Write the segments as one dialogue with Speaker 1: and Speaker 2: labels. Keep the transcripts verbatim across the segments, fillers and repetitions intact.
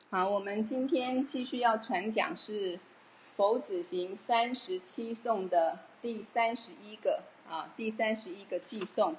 Speaker 1: 好，我们今天继续要传讲是佛子行三十七颂的第三十一个啊，第三十一个偈颂。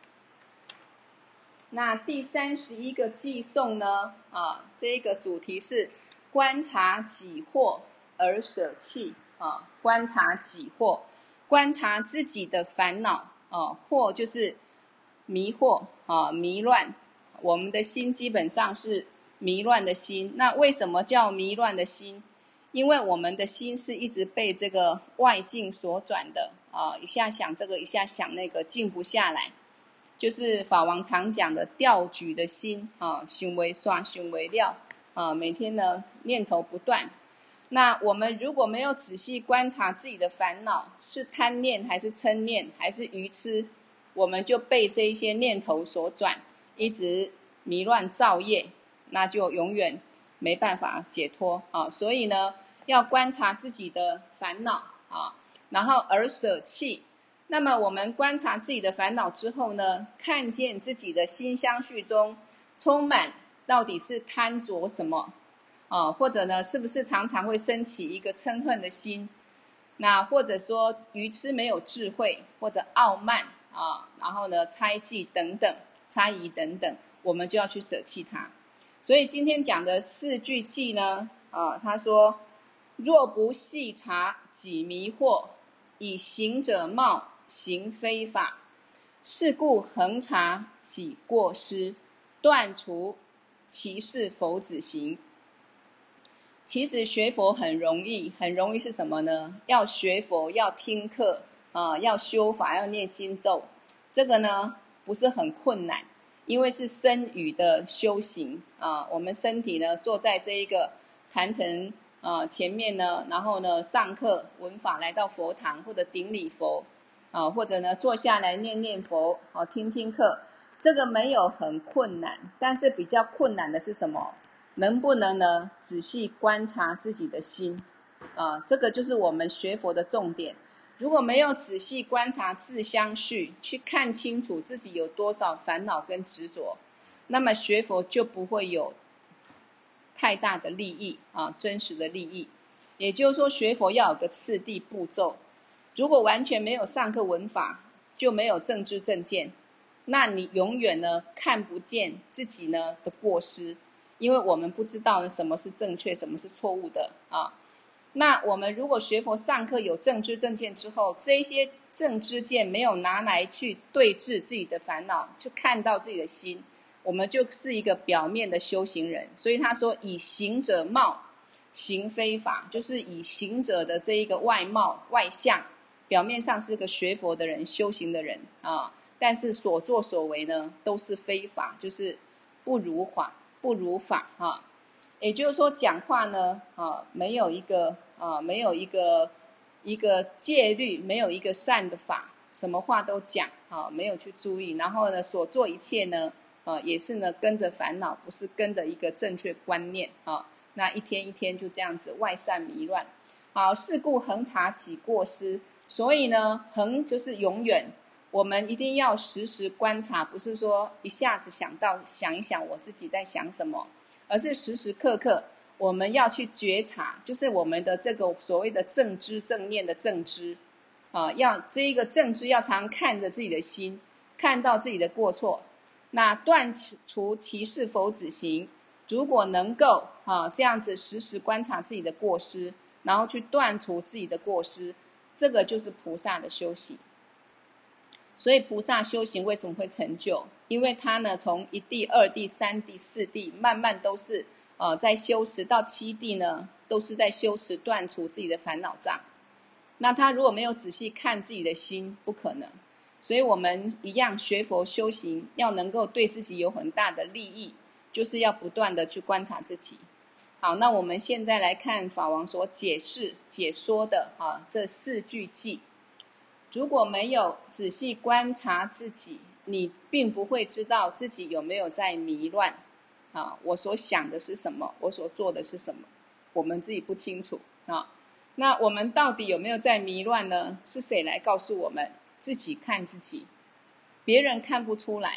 Speaker 1: 那第三十一个偈颂呢啊，这个主题是观察己惑而舍弃啊，观察己惑，观察自己的烦恼啊，惑就是迷惑啊，迷乱。我们的心基本上是迷乱的心。那为什么叫迷乱的心？因为我们的心是一直被这个外境所转的啊，一下想这个，一下想那个，静不下来。就是法王常讲的吊举的心啊，想为刷，想为料啊，每天呢念头不断。那我们如果没有仔细观察自己的烦恼是贪念还是嗔念还是愚痴，我们就被这一些念头所转，一直迷乱造业，那就永远没办法解脱啊！所以呢，要观察自己的烦恼啊，然后而舍弃。那么我们观察自己的烦恼之后呢，看见自己的心相续中充满到底是贪着什么啊，或者呢，是不是常常会升起一个嗔恨的心？那或者说愚痴没有智慧，或者傲慢啊，然后呢，猜忌等等，猜疑等等。我们就要去舍弃它。所以今天讲的四句偈呢，啊，他说：若不细察己迷惑，以行者貌行非法，是故恒察己过失，断除其是佛子行。其实学佛很容易，很容易是什么呢？要学佛，要听课啊，要修法，要念心咒，这个呢不是很困难。因为是身语的修行啊，我们身体呢坐在这一个坛城啊前面呢，然后呢上课闻法，来到佛堂或者顶礼佛啊，或者呢坐下来念念佛啊，听听课，这个没有很困难，但是比较困难的是什么？能不能呢仔细观察自己的心啊？这个就是我们学佛的重点。如果没有仔细观察自相续，去看清楚自己有多少烦恼跟执着，那么学佛就不会有太大的利益啊，真实的利益。也就是说，学佛要有个次第步骤。如果完全没有上课闻法，就没有正知正见，那你永远呢看不见自己呢的过失，因为我们不知道呢什么是正确，什么是错误的啊。那我们如果学佛上课有正知正见之后，这些正知见没有拿来去对治自己的烦恼，去看到自己的心，我们就是一个表面的修行人。所以他说以行者貌行非法，就是以行者的这一个外貌外相，表面上是个学佛的人，修行的人啊，但是所作所为呢都是非法，就是不如法不如法啊。也就是说，讲话呢，啊，没有一个啊，没有一个一个戒律，没有一个善的法，什么话都讲啊，没有去注意，然后呢，所做一切呢，啊，也是呢跟着烦恼，不是跟着一个正确观念啊。那一天一天就这样子外散迷乱。好，是故恒察己过失，所以呢，恒就是永远，我们一定要时时观察，不是说一下子想到想一想我自己在想什么。而是时时刻刻我们要去觉察，就是我们的这个所谓的正知正念的正知啊，要这一个正知要常看着自己的心，看到自己的过错，那断除其是否子行。如果能够啊这样子时时观察自己的过失，然后去断除自己的过失，这个就是菩萨的修行。所以菩萨修行为什么会成就？因为他呢，从一地、二地、三地、四地，慢慢都是呃在修持，到七地呢，都是在修持断除自己的烦恼障。那他如果没有仔细看自己的心，不可能。所以我们一样学佛修行，要能够对自己有很大的利益，就是要不断的去观察自己。好，那我们现在来看法王所解释解说的啊这四句偈。如果没有仔细观察自己，你并不会知道自己有没有在迷乱啊！我所想的是什么？我所做的是什么？我们自己不清楚啊。那我们到底有没有在迷乱呢？是谁来告诉我们？自己看自己，别人看不出来。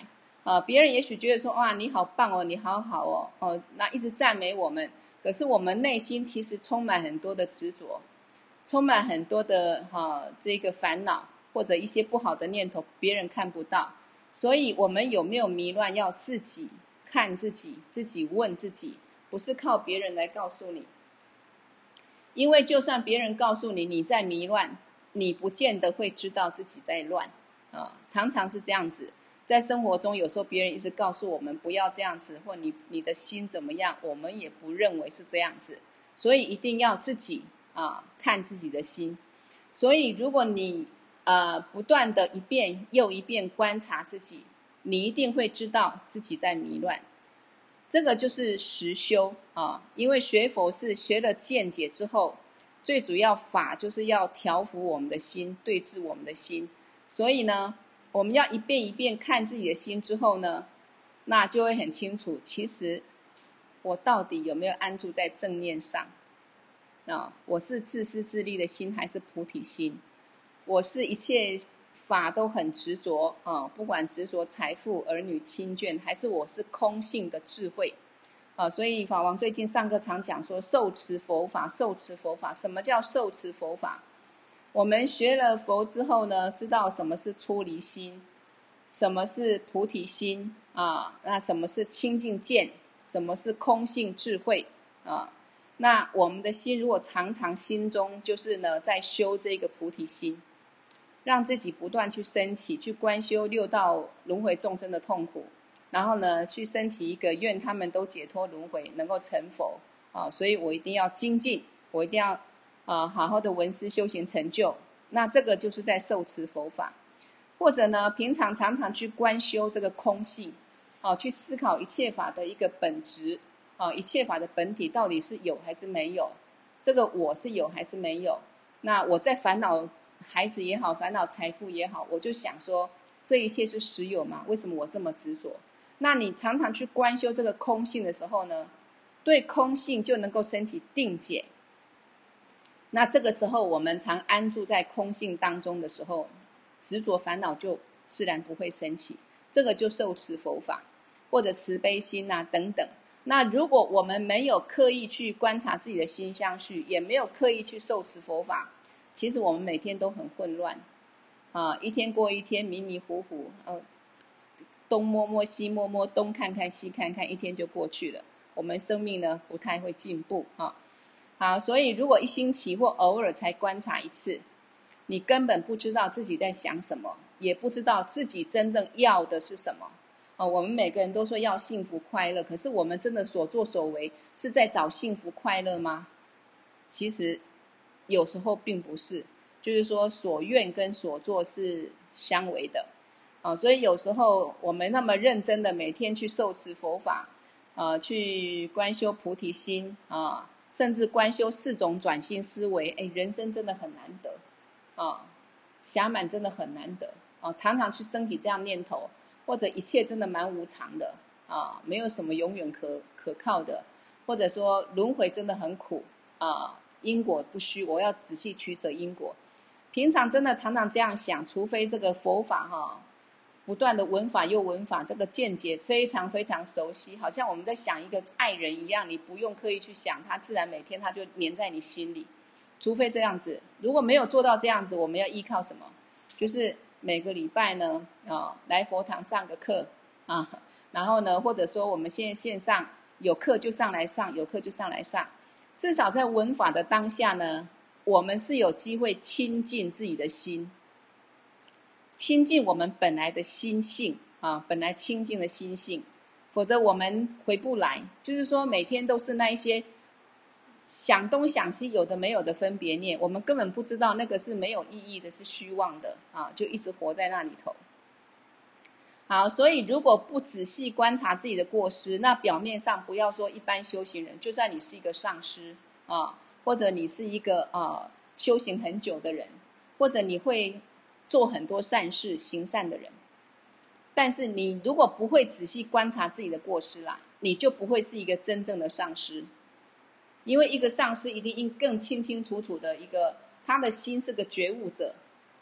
Speaker 1: 呃，别人也许觉得说哇你好棒哦，你好好哦，哦，那一直赞美我们，可是我们内心其实充满很多的执着，充满很多的哈、呃、这个烦恼或者一些不好的念头，别人看不到，所以我们有没有迷乱要自己看自己，自己问自己，不是靠别人来告诉你。因为就算别人告诉你你在迷乱，你不见得会知道自己在乱啊，常常是这样子。在生活中有时候别人一直告诉我们不要这样子，或你你的心怎么样，我们也不认为是这样子，所以一定要自己啊看自己的心。所以如果你呃不断的一遍又一遍观察自己，你一定会知道自己在迷乱。这个就是实修啊，因为学佛是学了见解之后，最主要法就是要调伏我们的心，对治我们的心。所以呢，我们要一遍一遍看自己的心之后呢，那就会很清楚，其实我到底有没有安住在正念上啊？我是自私自利的心还是菩提心？我是一切法都很执着啊，不管执着财富、儿女、亲眷，还是我是空性的智慧啊。所以法王最近上课常讲说，受持佛法，受持佛法。什么叫受持佛法？我们学了佛之后呢，知道什么是出离心，什么是菩提心啊？那什么是清净见？什么是空性智慧啊？那我们的心如果常常心中就是呢，在修这个菩提心，让自己不断去升起，去观修六道轮回众生的痛苦，然后呢，去升起一个愿他们都解脱轮回，能够成佛啊！所以我一定要精进，我一定要啊好好的闻思修行成就。那这个就是在受持佛法，或者呢，平常常常去观修这个空性，啊，去思考一切法的一个本质，啊，一切法的本体到底是有还是没有？这个我是有还是没有？那我在烦恼孩子也好，烦恼财富也好，我就想说，这一切是实有吗？为什么我这么执着？那你常常去观修这个空性的时候呢，对空性就能够升起定解。那这个时候我们常安住在空性当中的时候，执着烦恼就自然不会升起。这个就受持佛法，或者慈悲心啊等等。那如果我们没有刻意去观察自己的心相续，也没有刻意去受持佛法，其实我们每天都很混乱啊，一天过一天，迷迷糊糊，呃、啊，东摸摸西摸摸，东看看西看看，一天就过去了。我们生命呢不太会进步啊。好，所以如果一星期或偶尔才观察一次，你根本不知道自己在想什么，也不知道自己真正要的是什么。哦，我们每个人都说要幸福快乐，可是我们真的所作所为是在找幸福快乐吗？其实有时候并不是，就是说所愿跟所做是相违的。啊，所以有时候我们那么认真的每天去受持佛法，呃，去观修菩提心啊，甚至观修四种转心思维，哎，人生真的很难得啊，暇满真的很难得啊，常常去升起这样念头，或者一切真的蛮无常的啊，没有什么永远可可靠的，或者说轮回真的很苦啊，因果不虚，我要仔细取舍因果。平常真的常常这样想，除非这个佛法哈，不断的闻法又闻法，这个见解非常非常熟悉，好像我们在想一个爱人一样，你不用刻意去想，他自然每天他就黏在你心里。除非这样子，如果没有做到这样子，我们要依靠什么？就是每个礼拜呢，啊，来佛堂上个课啊，然后呢，或者说我们现在线上有课就上来上，有课就上来上，至少在闻法的当下呢，我们是有机会亲近自己的心。亲近我们本来的心性啊，本来清净的心性，否则我们回不来。就是说，每天都是那一些想东想西，有的没有的分别念，我们根本不知道那个是没有意义的，是虚妄的啊，就一直活在那里头。好，所以如果不仔细观察自己的过失，那表面上不要说一般修行人，就算你是一个上师啊，或者你是一个啊修行很久的人，或者你会做很多善事行善的人，但是你如果不会仔细观察自己的过失啦，你就不会是一个真正的上师。因为一个上师一定更清清楚楚的一个，他的心是个觉悟者，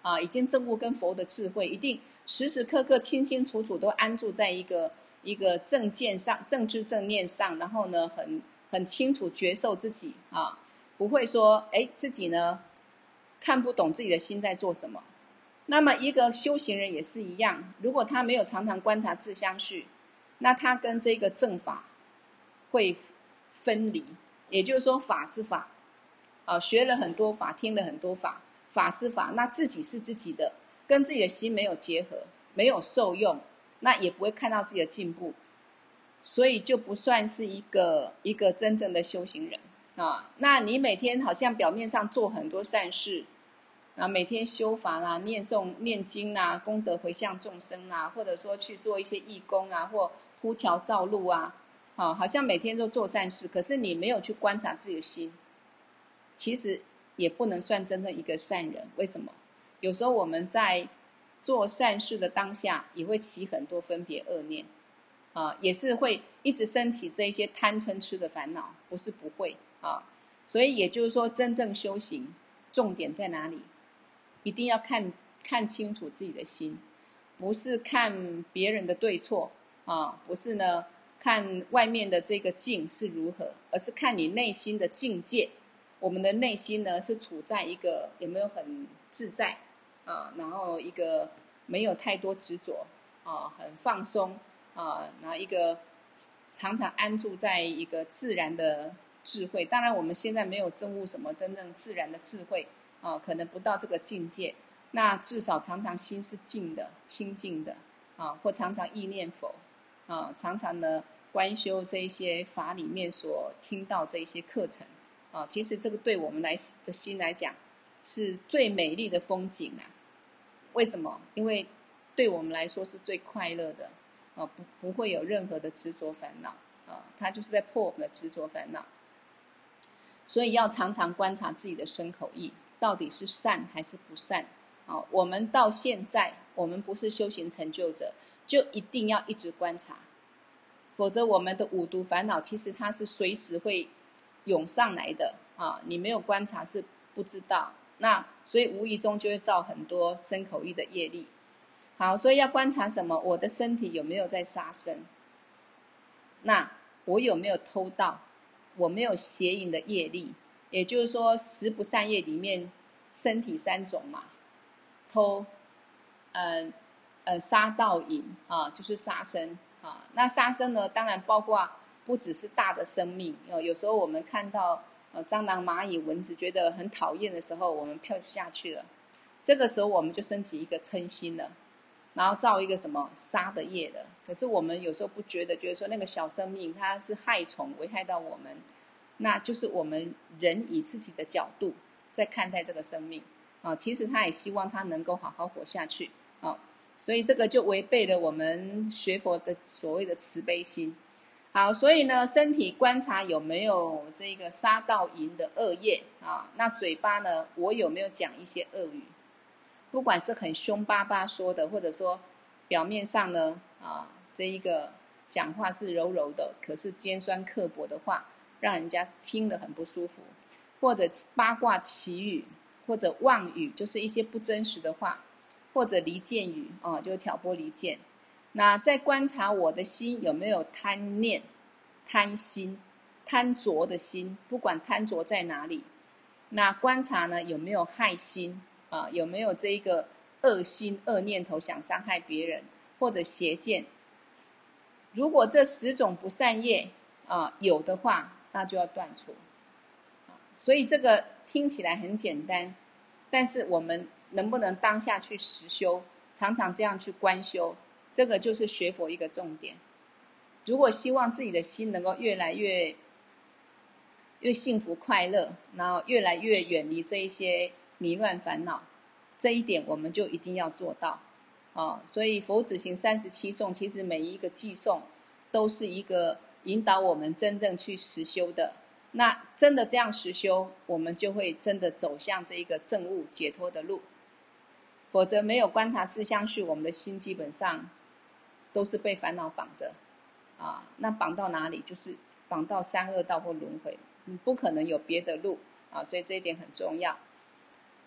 Speaker 1: 啊，已经证悟跟佛的智慧，一定时时刻刻清清楚楚都安住在一个一个正见上、正知正念上，然后呢，很很清楚觉受自己啊，不会说哎自己呢看不懂自己的心在做什么。那么一个修行人也是一样，如果他没有常常观察自相续，那他跟这个正法会分离。也就是说，法是法，啊，学了很多法，听了很多法，法是法，那自己是自己的，跟自己的心没有结合，没有受用，那也不会看到自己的进步，所以就不算是一个一个真正的修行人啊。那你每天好像表面上做很多善事，啊，每天修法啦、念诵、念经啊、功德回向众生啊，或者说去做一些义工啊，或铺桥造路啊。好，好像每天都做善事，可是你没有去观察自己的心，其实也不能算真正一个善人。为什么？有时候我们在做善事的当下，也会起很多分别恶念，啊，也是会一直升起这一些贪嗔痴的烦恼，不是不会啊。所以也就是说，真正修行重点在哪里？一定要看看清楚自己的心，不是看别人的对错啊，不是呢。看外面的这个境是如何，而是看你内心的境界。我们的内心呢，是处在一个有没有很自在啊，然后一个没有太多执着啊，很放松啊，然后一个常常安住在一个自然的智慧。当然，我们现在没有证悟什么真正自然的智慧啊，可能不到这个境界。那至少常常心是静的、清净的啊，或常常意念佛。啊，常常呢观修这一些法里面所听到这一些课程啊，其实这个对我们来的心来讲是最美丽的风景啊。为什么？因为对我们来说是最快乐的啊，不不会有任何的执着烦恼啊，它就是在破我们的执着烦恼。所以要常常观察自己的身口意，到底是善还是不善啊？我们到现在，我们不是修行成就者，就一定要一直观察，否则我们的五毒烦恼其实它是随时会涌上来的啊！你没有观察是不知道，那所以无意中就会造很多身口意的业力。好，所以要观察什么？我的身体有没有在杀生？那我有没有偷盗？我没有邪淫的业力？也就是说，十不善业里面，身体三种嘛，偷，嗯、呃。呃，杀盗淫啊，就是杀生啊。那杀生呢，当然包括不只是大的生命。有有时候我们看到呃蟑螂、蚂蚁、蚊子，觉得很讨厌的时候，我们跳下去了。这个时候我们就升起一个嗔心了，然后造一个什么杀的业了。可是我们有时候不觉得，觉得说那个小生命它是害虫，危害到我们，那就是我们人以自己的角度在看待这个生命啊。其实他也希望他能够好好活下去啊。所以这个就违背了我们学佛的所谓的慈悲心。好，所以呢，身体观察有没有这个杀盗淫的恶业啊？那嘴巴呢，我有没有讲一些恶语？不管是很凶巴巴说的，或者说表面上呢啊，这一个讲话是柔柔的，可是尖酸刻薄的话，让人家听了很不舒服，或者八卦奇语，或者妄语，就是一些不真实的话。或者离间语啊，就挑拨离间。那在观察我的心有没有贪念、贪心、贪着的心，不管贪着在哪里。那观察呢有没有害心啊？有没有这一个恶心、恶念头想伤害别人，或者邪见？如果这十种不善业啊有的话，那就要断除。所以这个听起来很简单，但是我们能不能当下去实修，常常这样去观修，这个就是学佛一个重点。如果希望自己的心能够越来越越幸福快乐，然后越来越远离这一些迷乱烦恼，这一点我们就一定要做到啊。所以佛子行三十七颂，其实每一个偈颂都是一个引导我们真正去实修的。那真的这样实修，我们就会真的走向这一个证悟解脱的路。否则没有观察自相续，我们的心基本上都是被烦恼绑着啊。那绑到哪里？就是绑到三恶道或轮回，你不可能有别的路啊。所以这一点很重要。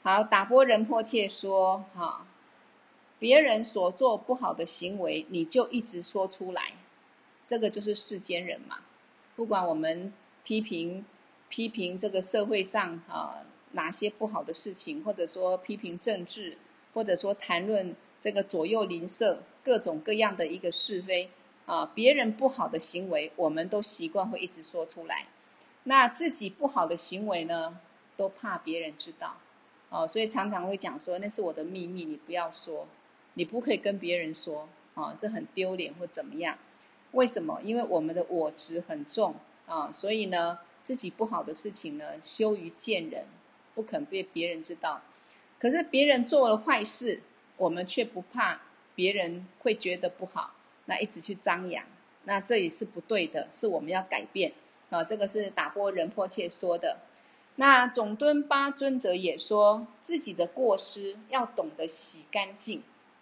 Speaker 1: 好，打波仁波切说哈，别人所做不好的行为，你就一直说出来，这个就是世间人嘛。不管我们批评批评这个社会上啊哪些不好的事情，或者说批评政治，或者说谈论这个左右邻舍各种各样的一个是非啊，别人不好的行为，我们都习惯会一直说出来。那自己不好的行为呢，都怕别人知道，哦，所以常常会讲说那是我的秘密，你不要说，你不可以跟别人说，哦，这很丢脸或怎么样。为什么？因为我们的我执很重啊，所以呢，自己不好的事情呢，羞于见人，不肯被别人知道。可是别人做了坏事，我们却不怕别人会觉得不好，那一直去张扬，那这也是不对的，是我们要改变啊。这个是打波仁波切说的。那总敦巴尊者也说，自己的过失要懂得洗干净，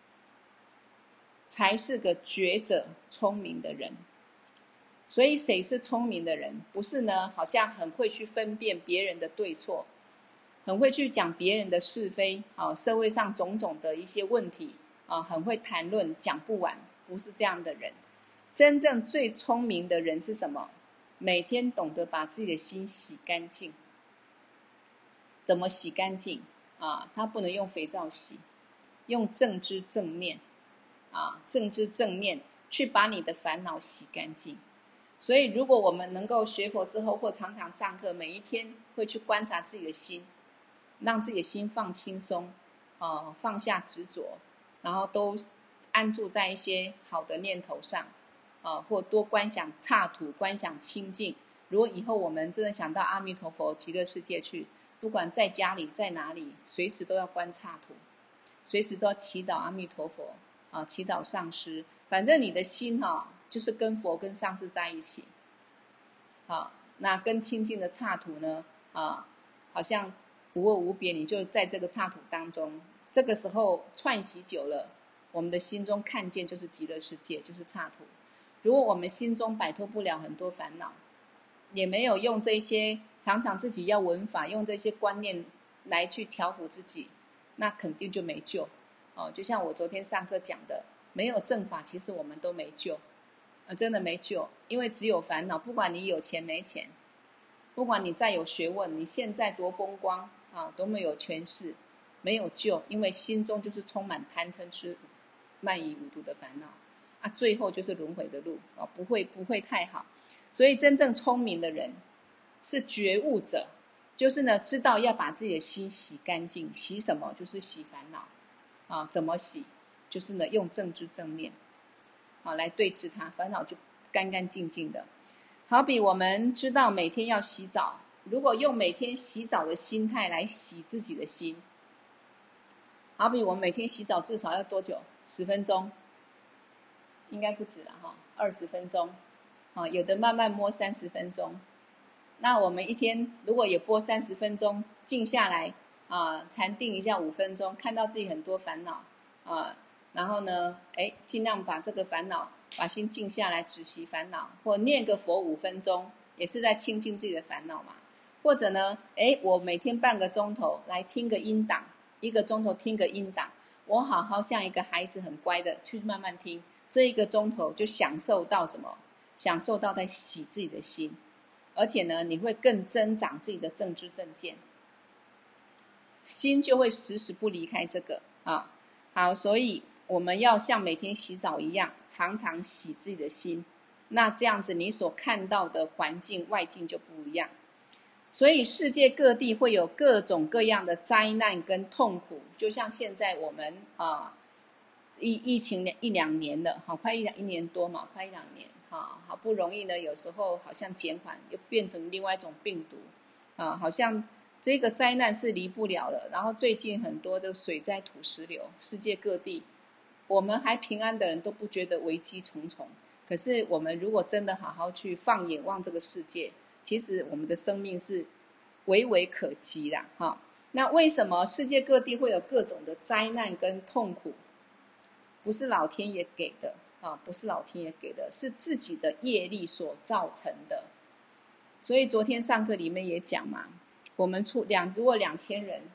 Speaker 1: 才是个觉者聪明的人。所以谁是聪明的人？不是呢，好像很会去分辨别人的对错，很会去讲别人的是非啊，社会上种种的一些问题啊，很会谈论，讲不完，不是这样的人。真正最聪明的人是什么？每天懂得把自己的心洗干净。怎么洗干净啊？他不能用肥皂洗，用正知正念啊，正知正念去把你的烦恼洗干净。所以如果我们能够学佛之后，或常常上课，每一天会去观察自己的心，让自己的心放轻松啊，放下执着，然后都安住在一些好的念头上啊，或多观想刹土，观想清净。如果以后我们真的想到阿弥陀佛极乐世界去，不管在家里在哪里，随时都要观刹土，随时都要祈祷阿弥陀佛啊，祈祷上师。反正你的心哈、啊，就是跟佛跟上师在一起。好，那跟清净的刹土呢啊，好像无二无别，你就在这个刹土当中。这个时候串习久了，我们的心中看见就是极乐世界，就是刹土。如果我们心中摆脱不了很多烦恼，也没有用这些常常自己要闻法，用这些观念来去调伏自己，那肯定就没救哦。就像我昨天上课讲的，没有正法，其实我们都没救，啊，真的没救。因为只有烦恼，不管你有钱没钱，不管你再有学问，你现在多风光啊，多么有权势，没有救，因为心中就是充满贪嗔痴慢疑五毒的烦恼啊，最后就是轮回的路啊，不会不会太好。所以真正聪明的人是觉悟者，就是呢知道要把自己的心洗干净。洗什么？就是洗烦恼啊。怎么洗？就是呢用正知正念啊来对治它，烦恼就干干净净的。好比我们知道每天要洗澡，如果用每天洗澡的心态来洗自己的心，好比我们每天洗澡至少要多久？十分钟，应该不止了哈，二十分钟。啊，有的慢慢摸三十分钟，那我们一天如果也播三十分钟，静下来啊，禅定一下五分钟，看到自己很多烦恼啊，然后呢，哎，尽量把这个烦恼，把心静下来，止息烦恼，或念个佛五分钟，也是在清净自己的烦恼嘛。或者呢，哎，我每天半个钟头来听个音档，一个钟头听个音档，我好好像一个孩子很乖的去慢慢听，这一个钟头就享受到什么？享受到在洗自己的心，而且呢，你会更增长自己的正知正见，心就会时时不离开这个啊。好，所以我们要像每天洗澡一样，常常洗自己的心。那这样子，你所看到的环境外境就不一样。所以世界各地会有各种各样的灾难跟痛苦，就像现在我们啊，疫疫情一两年了，好快一两一年多嘛，快一两年。啊，好不容易呢，有时候好像减缓，又变成另外一种病毒，啊，好像这个灾难是离不了了。然后最近很多的水灾、土石流，世界各地，我们还平安的人都不觉得危机重重。可是我们如果真的好好去放眼望这个世界，其实我们的生命是微微可及啦，哈。那为什么世界各地会有各种的灾难跟痛苦？不是老天爷给的。啊，不是老天爷给的，是自己的业力所造成的。所以昨天上课里面也讲嘛，我们出两如果两千人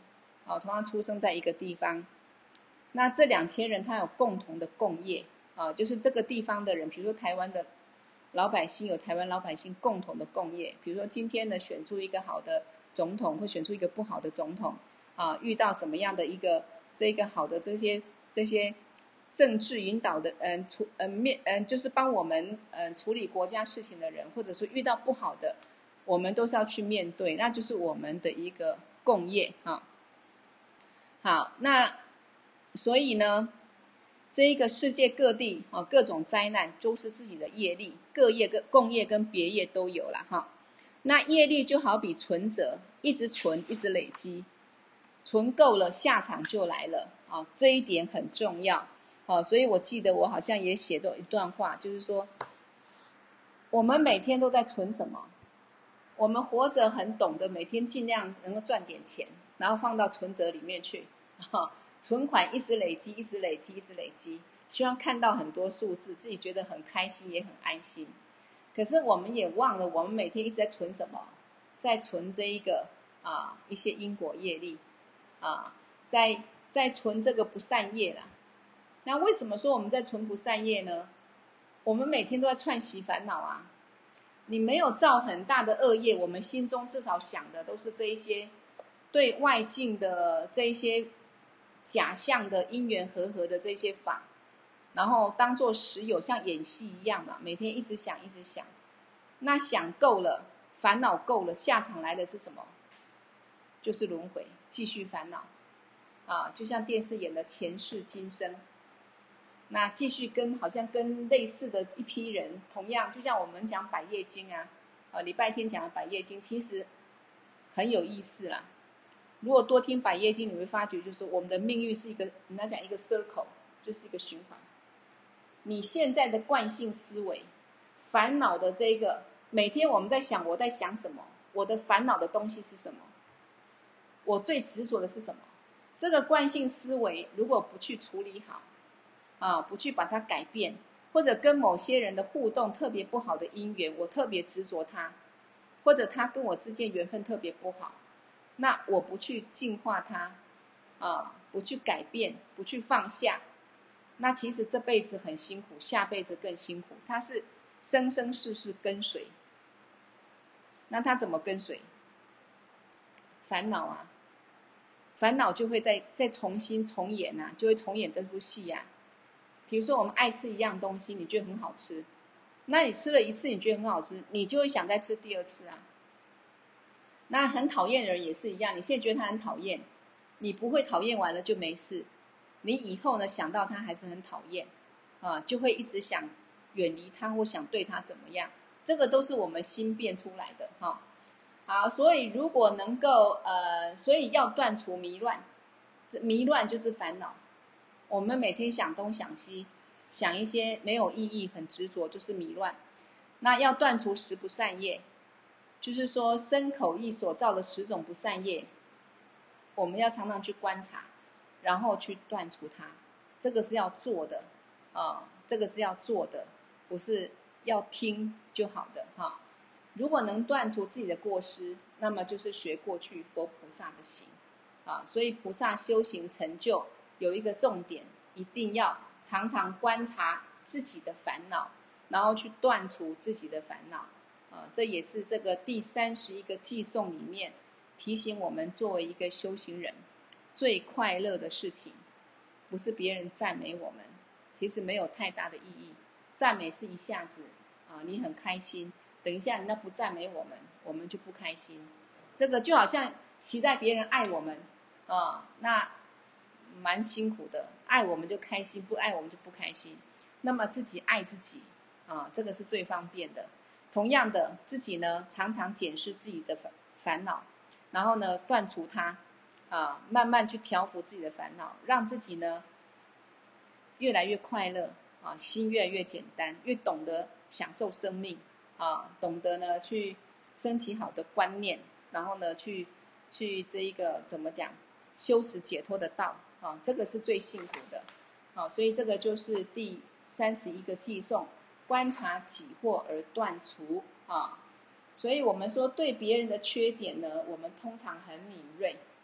Speaker 1: 啊，同样出生在一个地方，那这两千人他有共同的共业啊，就是这个地方的人，比如说台湾的老百姓有台湾老百姓共同的共业，比如说今天呢选出一个好的总统，或选出一个不好的总统啊，遇到什么样的一个这个好的这些这些政治引导的嗯处嗯面嗯就是帮我们嗯处理国家事情的人，或者说遇到不好的，我们都是要去面对，那就是我们的一个共业啊。好，那所以呢，这一个世界各地啊各种灾难都是自己的业力，各业跟共业跟别业都有了哈。那业力就好比存折，一直存，一直累积，存够了，下场就来了啊，这一点很重要啊。所以我记得我好像也写过一段话，就是说，我们每天都在存什么？我们活着很懂得每天尽量能够赚点钱，然后放到存折里面去，啊，存款一直累积，一直累积，一直累积，希望看到很多数字，自己觉得很开心，也很安心。可是我们也忘了，我们每天一直在存什么？在存这一个啊一些因果业力啊，在在存这个不善业啦。那为什么说我们在存不善业呢？我们每天都在串习烦恼啊。你没有造很大的恶业，我们心中至少想的都是这一些对外境的这一些假象的因缘和合的这些法，然后当作实有，像演戏一样嘛，每天一直想一直想。那想够了，烦恼够了，下场来的是什么？就是轮回，继续烦恼啊，就像电视演的前世今生。那继续跟好像跟类似的一批人，同样就像我们讲百业经啊，呃礼拜天讲的百业经，其实很有意思啦。如果多听百业经，你会发觉就是我们的命运是一个，人家讲一个 circle， 就是一个循环。你现在的惯性思维，烦恼的这个，每天我们在想我在想什么，我的烦恼的东西是什么，我最执着的是什么？这个惯性思维如果不去处理好，啊，不去把它改变，或者跟某些人的互动特别不好的因缘，我特别执着他，或者他跟我之间缘分特别不好，那我不去净化他，啊，不去改变，不去放下，那其实这辈子很辛苦，下辈子更辛苦。他是生生世世跟随，那他怎么跟随？烦恼啊，烦恼就会再再重新重演啊，就会重演这出戏啊。比如说我们爱吃一样东西，你觉得很好吃，那你吃了一次你觉得很好吃，你就会想再吃第二次啊。那很讨厌的人也是一样，你现在觉得他很讨厌，你不会讨厌完了就没事，你以后呢想到他还是很讨厌啊，就会一直想远离他或想对他怎么样，这个都是我们心变出来的哈。好，所以如果能够呃，所以要断除迷乱，迷乱就是烦恼。我们每天想东想西，想一些没有意义，很执着，就是迷乱。那要断除十不善业，就是说身口意所造的十种不善业，我们要常常去观察，然后去断除它。这个是要做的啊、呃，这个是要做的，不是要听就好的哈。如果能断除自己的过失，那么就是学过去佛菩萨的行啊。所以菩萨修行成就有一个重点，一定要常常观察自己的烦恼，然后去断除自己的烦恼啊。这也是这个第三十一个偈颂里面提醒我们，作为一个修行人，最快乐的事情不是别人赞美我们，其实没有太大的意义。赞美是一下子啊，你很开心，等一下人家不赞美我们，我们就不开心。这个就好像期待别人爱我们啊，那蛮辛苦的，爱我们就开心，不爱我们就不开心。那么自己爱自己啊，这个是最方便的。同样的，自己呢常常检视自己的烦恼，然后呢断除它啊，慢慢去调伏自己的烦恼，让自己呢越来越快乐啊，心越来越简单，越懂得享受生命啊，懂得呢去升起好的观念，然后呢去去这一个怎么讲，修持解脱的道啊，这个是最幸福的啊。所以这个就是第三十一个偈颂，观察己惑而断除啊。所以我们说对别人的缺点呢，我们通常很敏锐。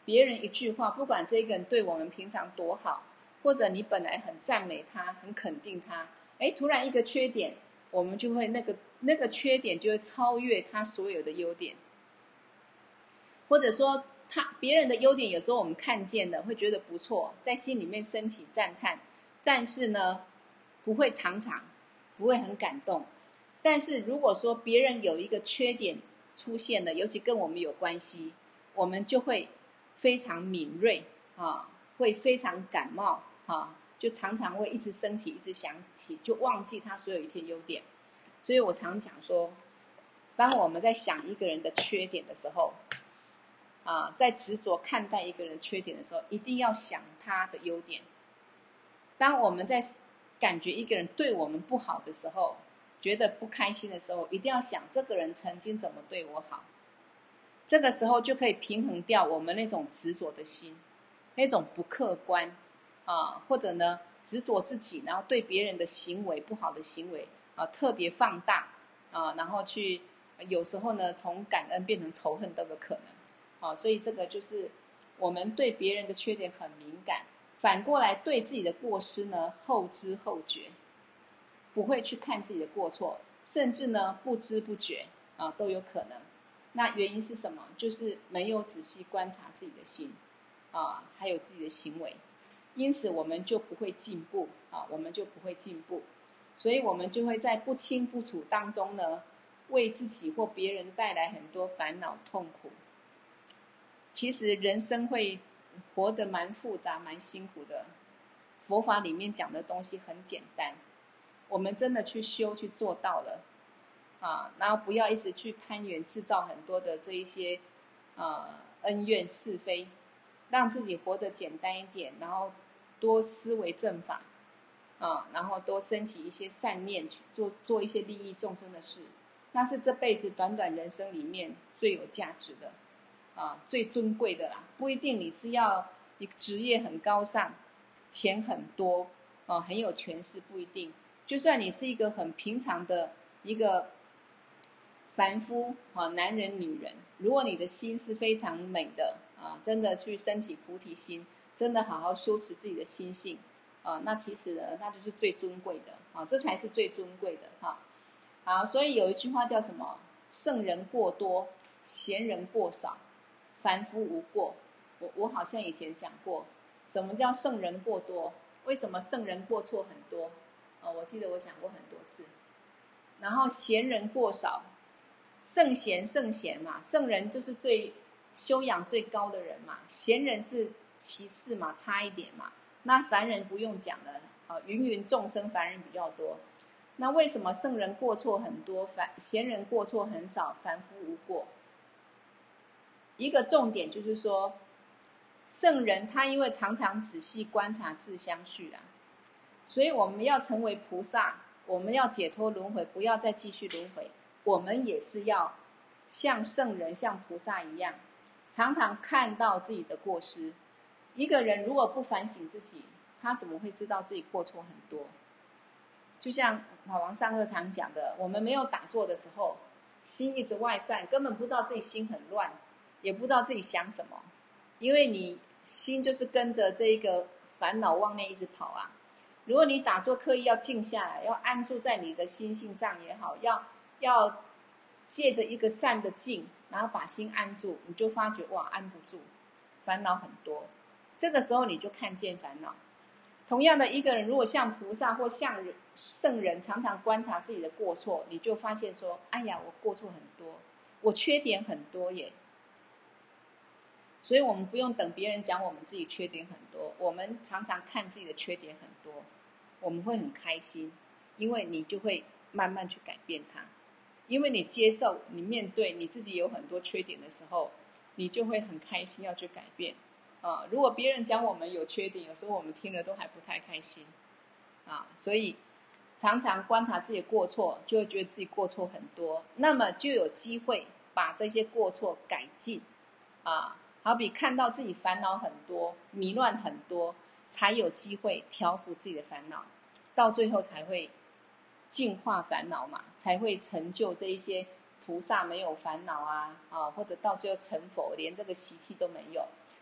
Speaker 1: 别人一句话，不管这个人对我们平常多好，或者你本来很赞美他，很肯定他，哎，突然一个缺点，我们就会那个那个缺点就会超越他所有的优点，或者说他别人的优点，有时候我们看见了会觉得不错，在心里面升起赞叹，但是呢，不会常常，不会很感动。但是如果说别人有一个缺点出现了，尤其跟我们有关系，我们就会非常敏锐啊，会非常感冒啊，就常常会一直升起，一直想起，就忘记他所有一切优点。所以我常讲说，当我们在想一个人的缺点的时候，啊，在执着看待一个人缺点的时候，一定要想他的优点。当我们在感觉一个人对我们不好的时候，觉得不开心的时候，一定要想这个人曾经怎么对我好。这个时候就可以平衡掉我们那种执着的心，那种不客观啊，或者呢执着自己，然后对别人的行为不好的行为啊特别放大啊，然后去有时候呢从感恩变成仇恨都有可能啊，所以这个就是我们对别人的缺点很敏感，反过来对自己的过失呢后知后觉，不会去看自己的过错，甚至呢不知不觉啊都有可能。那原因是什么？就是没有仔细观察自己的心啊，还有自己的行为，因此我们就不会进步啊，我们就不会进步，所以我们就会在不清不楚当中呢，为自己或别人带来很多烦恼痛苦。其实人生会活得蛮复杂蛮辛苦的，佛法里面讲的东西很简单，我们真的去修去做到了啊，然后不要一直去攀缘，制造很多的这一些呃恩怨是非，让自己活得简单一点，然后多思维正法啊，然后多升起一些善念，做做一些利益众生的事，那是这辈子短短人生里面最有价值的啊，最尊贵的啦。不一定你是要你职业很高尚，钱很多啊，很有权势，不一定。就算你是一个很平常的一个凡夫啊，男人女人，如果你的心是非常美的啊，真的去升起菩提心，真的好好修持自己的心性啊，那其实呢，那就是最尊贵的啊，这才是最尊贵的哈。好，所以有一句话叫什么？圣人过多，贤人过少，凡夫无过。我我好像以前讲过，什么叫圣人过多？为什么圣人过错很多？哦，我记得我讲过很多次。然后贤人过少，圣贤圣贤嘛，圣人就是最修养最高的人嘛，贤人是其次嘛，差一点嘛。那凡人不用讲了啊，芸芸众生，凡人比较多。那为什么圣人过错很多，凡贤人过错很少，凡夫无过？一个重点就是说，圣人他因为常常仔细观察自相续啊，所以我们要成为菩萨，我们要解脱轮回，不要再继续轮回，我们也是要像圣人像菩萨一样，常常看到自己的过失。一个人如果不反省自己，他怎么会知道自己过错很多？就像法王上课常讲的，我们没有打坐的时候，心一直外散，根本不知道自己心很乱，也不知道自己想什么，因为你心就是跟着这个烦恼妄念一直跑啊。如果你打坐刻意要静下来，要安住在你的心性上也好，要要借着一个善的静，然后把心安住，你就发觉哇，安不住，烦恼很多。这个时候你就看见烦恼。同样的，一个人如果像菩萨或像圣人，常常观察自己的过错，你就发现说，哎呀，我过错很多，我缺点很多耶。所以我们不用等别人讲我们自己缺点很多，我们常常看自己的缺点很多，我们会很开心，因为你就会慢慢去改变它。因为你接受，你面对你自己有很多缺点的时候，你就会很开心要去改变啊。如果别人讲我们有缺点，有时候我们听了都还不太开心啊。所以常常观察自己的过错，就会觉得自己过错很多，那么就有机会把这些过错改进啊。好比看到自己烦恼很多，迷乱很多，才有机会调伏自己的烦恼，到最后才会净化烦恼嘛，才会成就这一些菩萨没有烦恼啊，啊，或者到最后成佛，连这个习气都没有。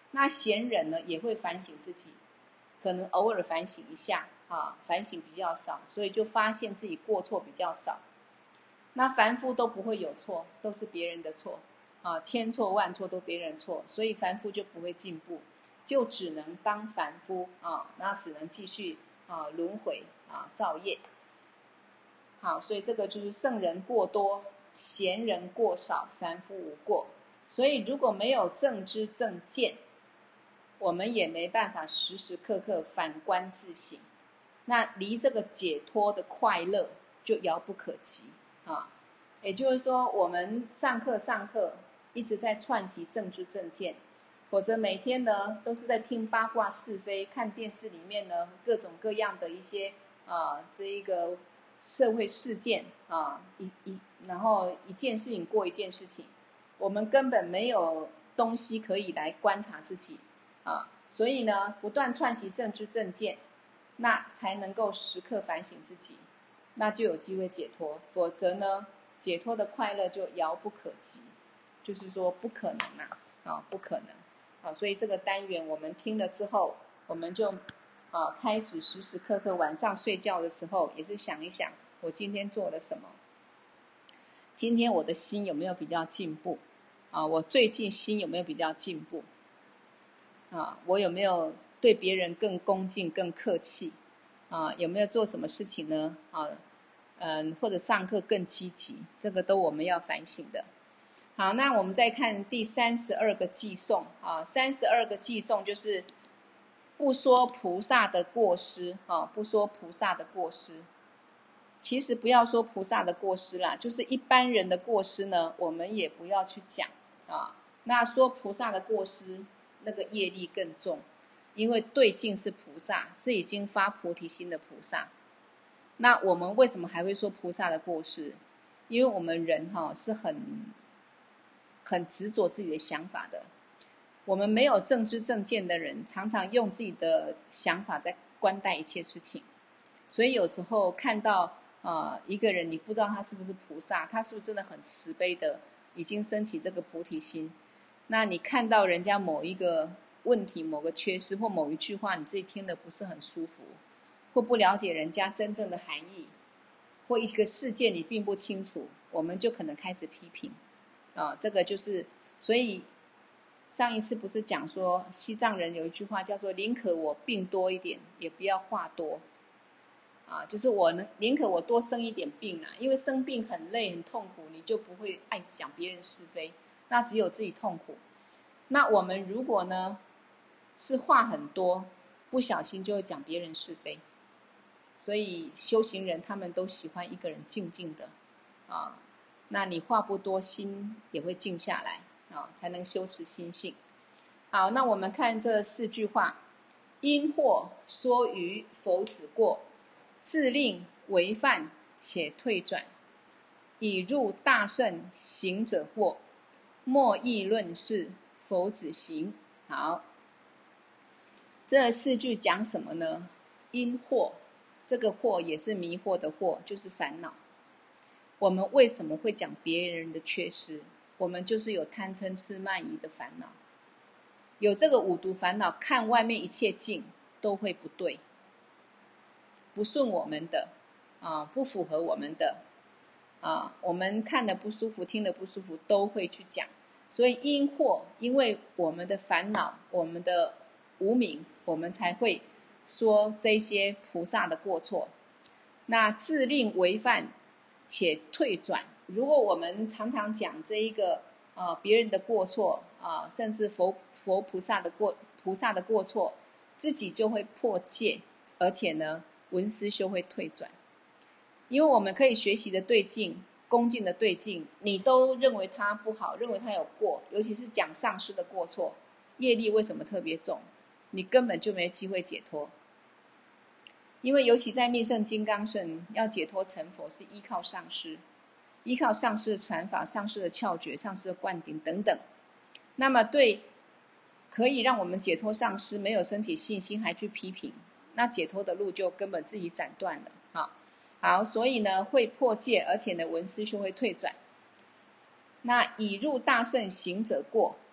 Speaker 1: 那贤人呢也会反省自己，可能偶尔反省一下啊，反省比较少，所以就发现自己过错比较少。那凡夫都不会有错，都是别人的错啊，千错万错都别人错，所以凡夫就不会进步，就只能当凡夫啊，那只能继续啊轮回啊造业。好，所以这个就是圣人过多，贤人过少，凡夫无过。所以如果没有正知正见，我们也没办法时时刻刻反观自省，那离这个解脱的快乐就遥不可及啊。也就是说，我们上课上课一直在串习正知正见，否则每天呢都是在听八卦是非，看电视里面呢各种各样的一些啊这一个社会事件啊，一一然后一件事情过一件事情，我们根本没有东西可以来观察自己啊，所以呢，不断串习正知正见，那才能够时刻反省自己，那就有机会解脱。否则呢，解脱的快乐就遥不可及，就是说不可能啊，啊不可能啊。所以这个单元我们听了之后，我们就啊开始时时刻刻晚上睡觉的时候，也是想一想我今天做了什么，今天我的心有没有比较进步啊？我最近心有没有比较进步啊？我有没有对别人更恭敬、更客气啊？有没有做什么事情呢？啊，嗯，或者上课更积极，这个都我们要反省的。好，那我们再看第三十二个偈颂啊，三十二个偈颂就是不说菩萨的过失啊，不说菩萨的过失。其实不要说菩萨的过失啦，就是一般人的过失呢，我们也不要去讲啊。那说菩萨的过失，那个业力更重，因为对境是菩萨，是已经发菩提心的菩萨。那我们为什么还会说菩萨的过失？因为我们人哈、哦、是很很执着自己的想法的，我们没有正知正见的人，常常用自己的想法在观待一切事情，所以有时候看到呃一个人，你不知道他是不是菩萨，他是不是真的很慈悲的，已经升起这个菩提心。那你看到人家某一个问题、某个缺失或某一句话，你自己听得不是很舒服，或不了解人家真正的含义，或一个事件你并不清楚，我们就可能开始批评啊。这个就是所以上一次不是讲说西藏人有一句话叫做宁可我病多一点，也不要话多啊，就是我能宁可我多生一点病啊，因为生病很累很痛苦，你就不会爱讲别人是非，那只有自己痛苦。那我们如果呢是话很多，不小心就会讲别人是非。所以修行人他们都喜欢一个人静静的啊，那你话不多，心也会静下来啊，才能修持心性。好，那我们看这四句话：因祸说于佛子过，自令为犯且退转，已入大圣行者祸，莫议论事佛子行。好，这四句讲什么呢？因祸，这个惑也是迷惑的惑，就是烦恼。我们为什么会讲别人的缺失？我们就是有贪嗔痴慢疑的烦恼，有这个五毒烦恼，看外面一切境都会不对，不顺我们的啊，不符合我们的啊，我们看了不舒服，听了不舒服，都会去讲。所以因祸，因为我们的烦恼，我们的无明，我们才会说这些菩萨的过错。那自令为犯且退转，如果我们常常讲这一个呃别人的过错啊、呃，甚至佛佛菩萨的过菩萨的过错，自己就会破戒，而且呢闻思修会退转。因为我们可以学习的对境，恭敬的对境，你都认为他不好，认为他有过，尤其是讲上师的过错，业力为什么特别重？你根本就没机会解脱。因为尤其在密乘金刚乘要解脱成佛，是依靠上师，依靠上师的传法、上师的窍诀、上师的灌顶等等。那么对可以让我们解脱上师没有升起信心，还去批评，那解脱的路就根本自己斩断了。好，好，所以呢会破戒，而且呢闻思修会退转。那已入大圣行者过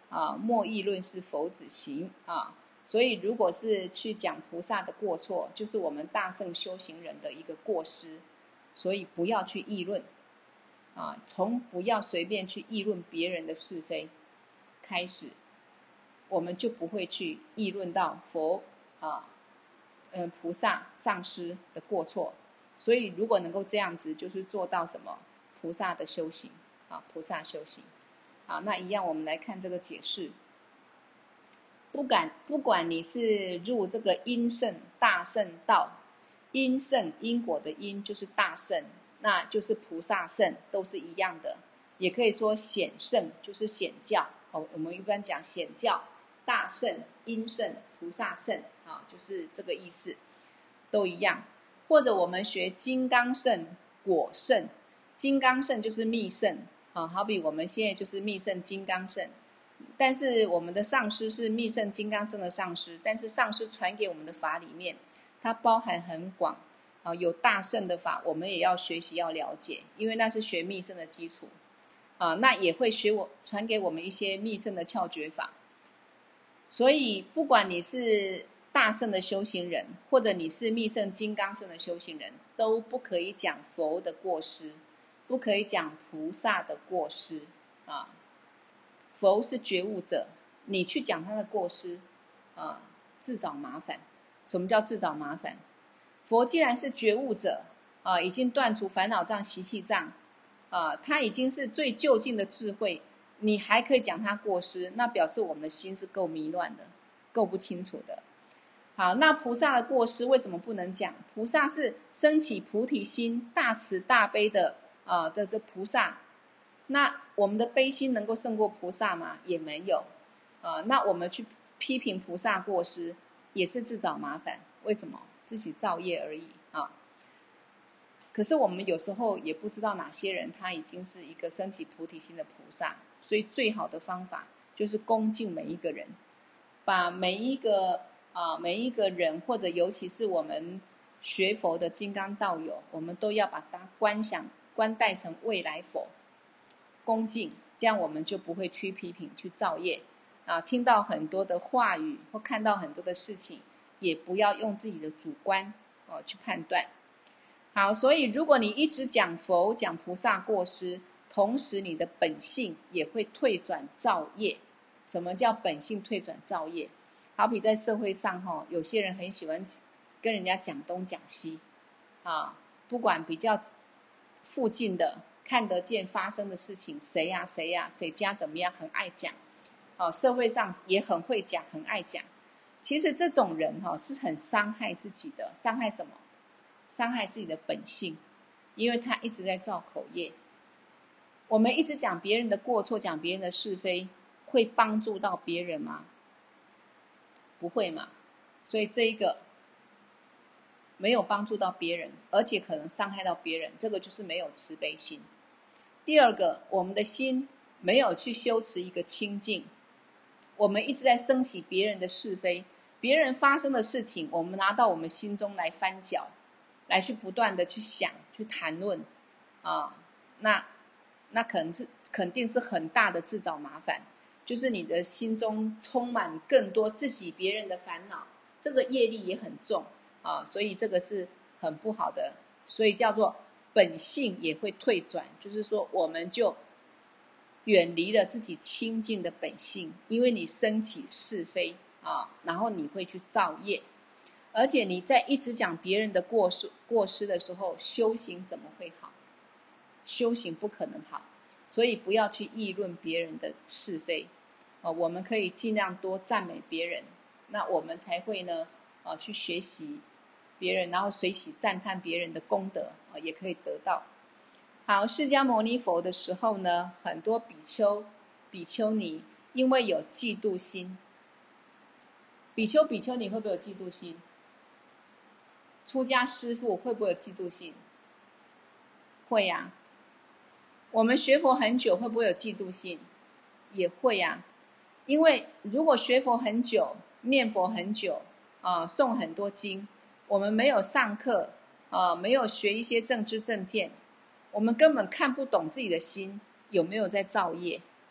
Speaker 1: 啊，莫议论是佛子行啊。所以如果是去讲菩萨的过错，就是我们大乘修行人的一个过失，所以不要去议论啊，从不要随便去议论别人的是非开始，我们就不会去议论到佛啊，嗯，菩萨上师的过错。所以如果能够这样子，就是做到什么菩萨的修行啊，菩萨修行啊。那一样我们来看这个解释，不管不管你是入这个因圣大圣道，因圣因果的因就是大圣，那就是菩萨圣，都是一样的。也可以说显圣就是显教哦，我们一般讲显教、大圣、因圣、菩萨圣啊，就是这个意思，都一样。或者我们学金刚圣、果圣，金刚圣就是密圣啊，好比我们现在就是密圣金刚圣，但是我们的上师是密圣金刚圣的上师，但是上师传给我们的法里面，它包含很广啊，有大圣的法，我们也要学习要了解，因为那是学密圣的基础啊，那也会学我传给我们一些密圣的窍诀法。所以不管你是大圣的修行人，或者你是密圣金刚圣的修行人，都不可以讲佛的过失，不可以讲菩萨的过失啊。佛是觉悟者，你去讲他的过失啊，自找麻烦。什么叫自找麻烦？佛既然是觉悟者啊，已经断除烦恼障、习气障啊，他已经是最究竟的智慧，你还可以讲他过失，那表示我们的心是够迷乱的，够不清楚的。好，那菩萨的过失为什么不能讲？菩萨是升起菩提心、大慈大悲的啊的这菩萨，那我们的悲心能够胜过菩萨吗？也没有啊。那我们去批评菩萨过失，也是自找麻烦。为什么？自己造业而已啊。可是我们有时候也不知道哪些人他已经是一个升起菩提心的菩萨，所以最好的方法就是恭敬每一个人，把每一个啊每一个人，或者尤其是我们学佛的金刚道友，我们都要把它观想观待成未来佛，恭敬，这样我们就不会去批评去造业啊。听到很多的话语或看到很多的事情，也不要用自己的主观哦去判断。好，所以如果你一直讲佛讲菩萨过失，同时你的本性也会退转造业。什么叫本性退转造业？好比在社会上哈，有些人很喜欢跟人家讲东讲西啊，不管比较附近的看得见发生的事情，谁呀、啊、谁呀、啊、谁家怎么样，很爱讲啊，社会上也很会讲，很爱讲。其实这种人哈是很伤害自己的，伤害什么？伤害自己的本性，因为他一直在造口业。我们一直讲别人的过错，讲别人的是非，会帮助到别人吗？不会嘛。所以这一个没有帮助到别人，而且可能伤害到别人，这个就是没有慈悲心。第二个，我们的心没有去修持一个清净，我们一直在升起别人的是非，别人发生的事情，我们拿到我们心中来翻搅，来去不断的去想、去谈论啊，那那可能是肯定是很大的自找麻烦，就是你的心中充满更多自己别人的烦恼，这个业力也很重啊，所以这个是很不好的，所以叫做本性也会退转，就是说我们就远离了自己清净的本性，因为你升起是非啊，然后你会去造业，而且你在一直讲别人的过失过失的时候，修行怎么会好？修行不可能好，所以不要去议论别人的是非啊，我们可以尽量多赞美别人，那我们才会呢啊去学习别人，然后随喜赞叹别人的功德啊，也可以得到。好，释迦牟尼佛的时候呢，很多比丘、比丘尼因为有嫉妒心，比丘、比丘尼会不会有嫉妒心？出家师父会不会有嫉妒心？会呀、啊。我们学佛很久，会不会有嫉妒心？也会呀、啊。因为如果学佛很久，念佛很久啊、呃，诵很多经，我们没有上课啊、呃，没有学一些正知正见，我们根本看不懂自己的心有没有在造业，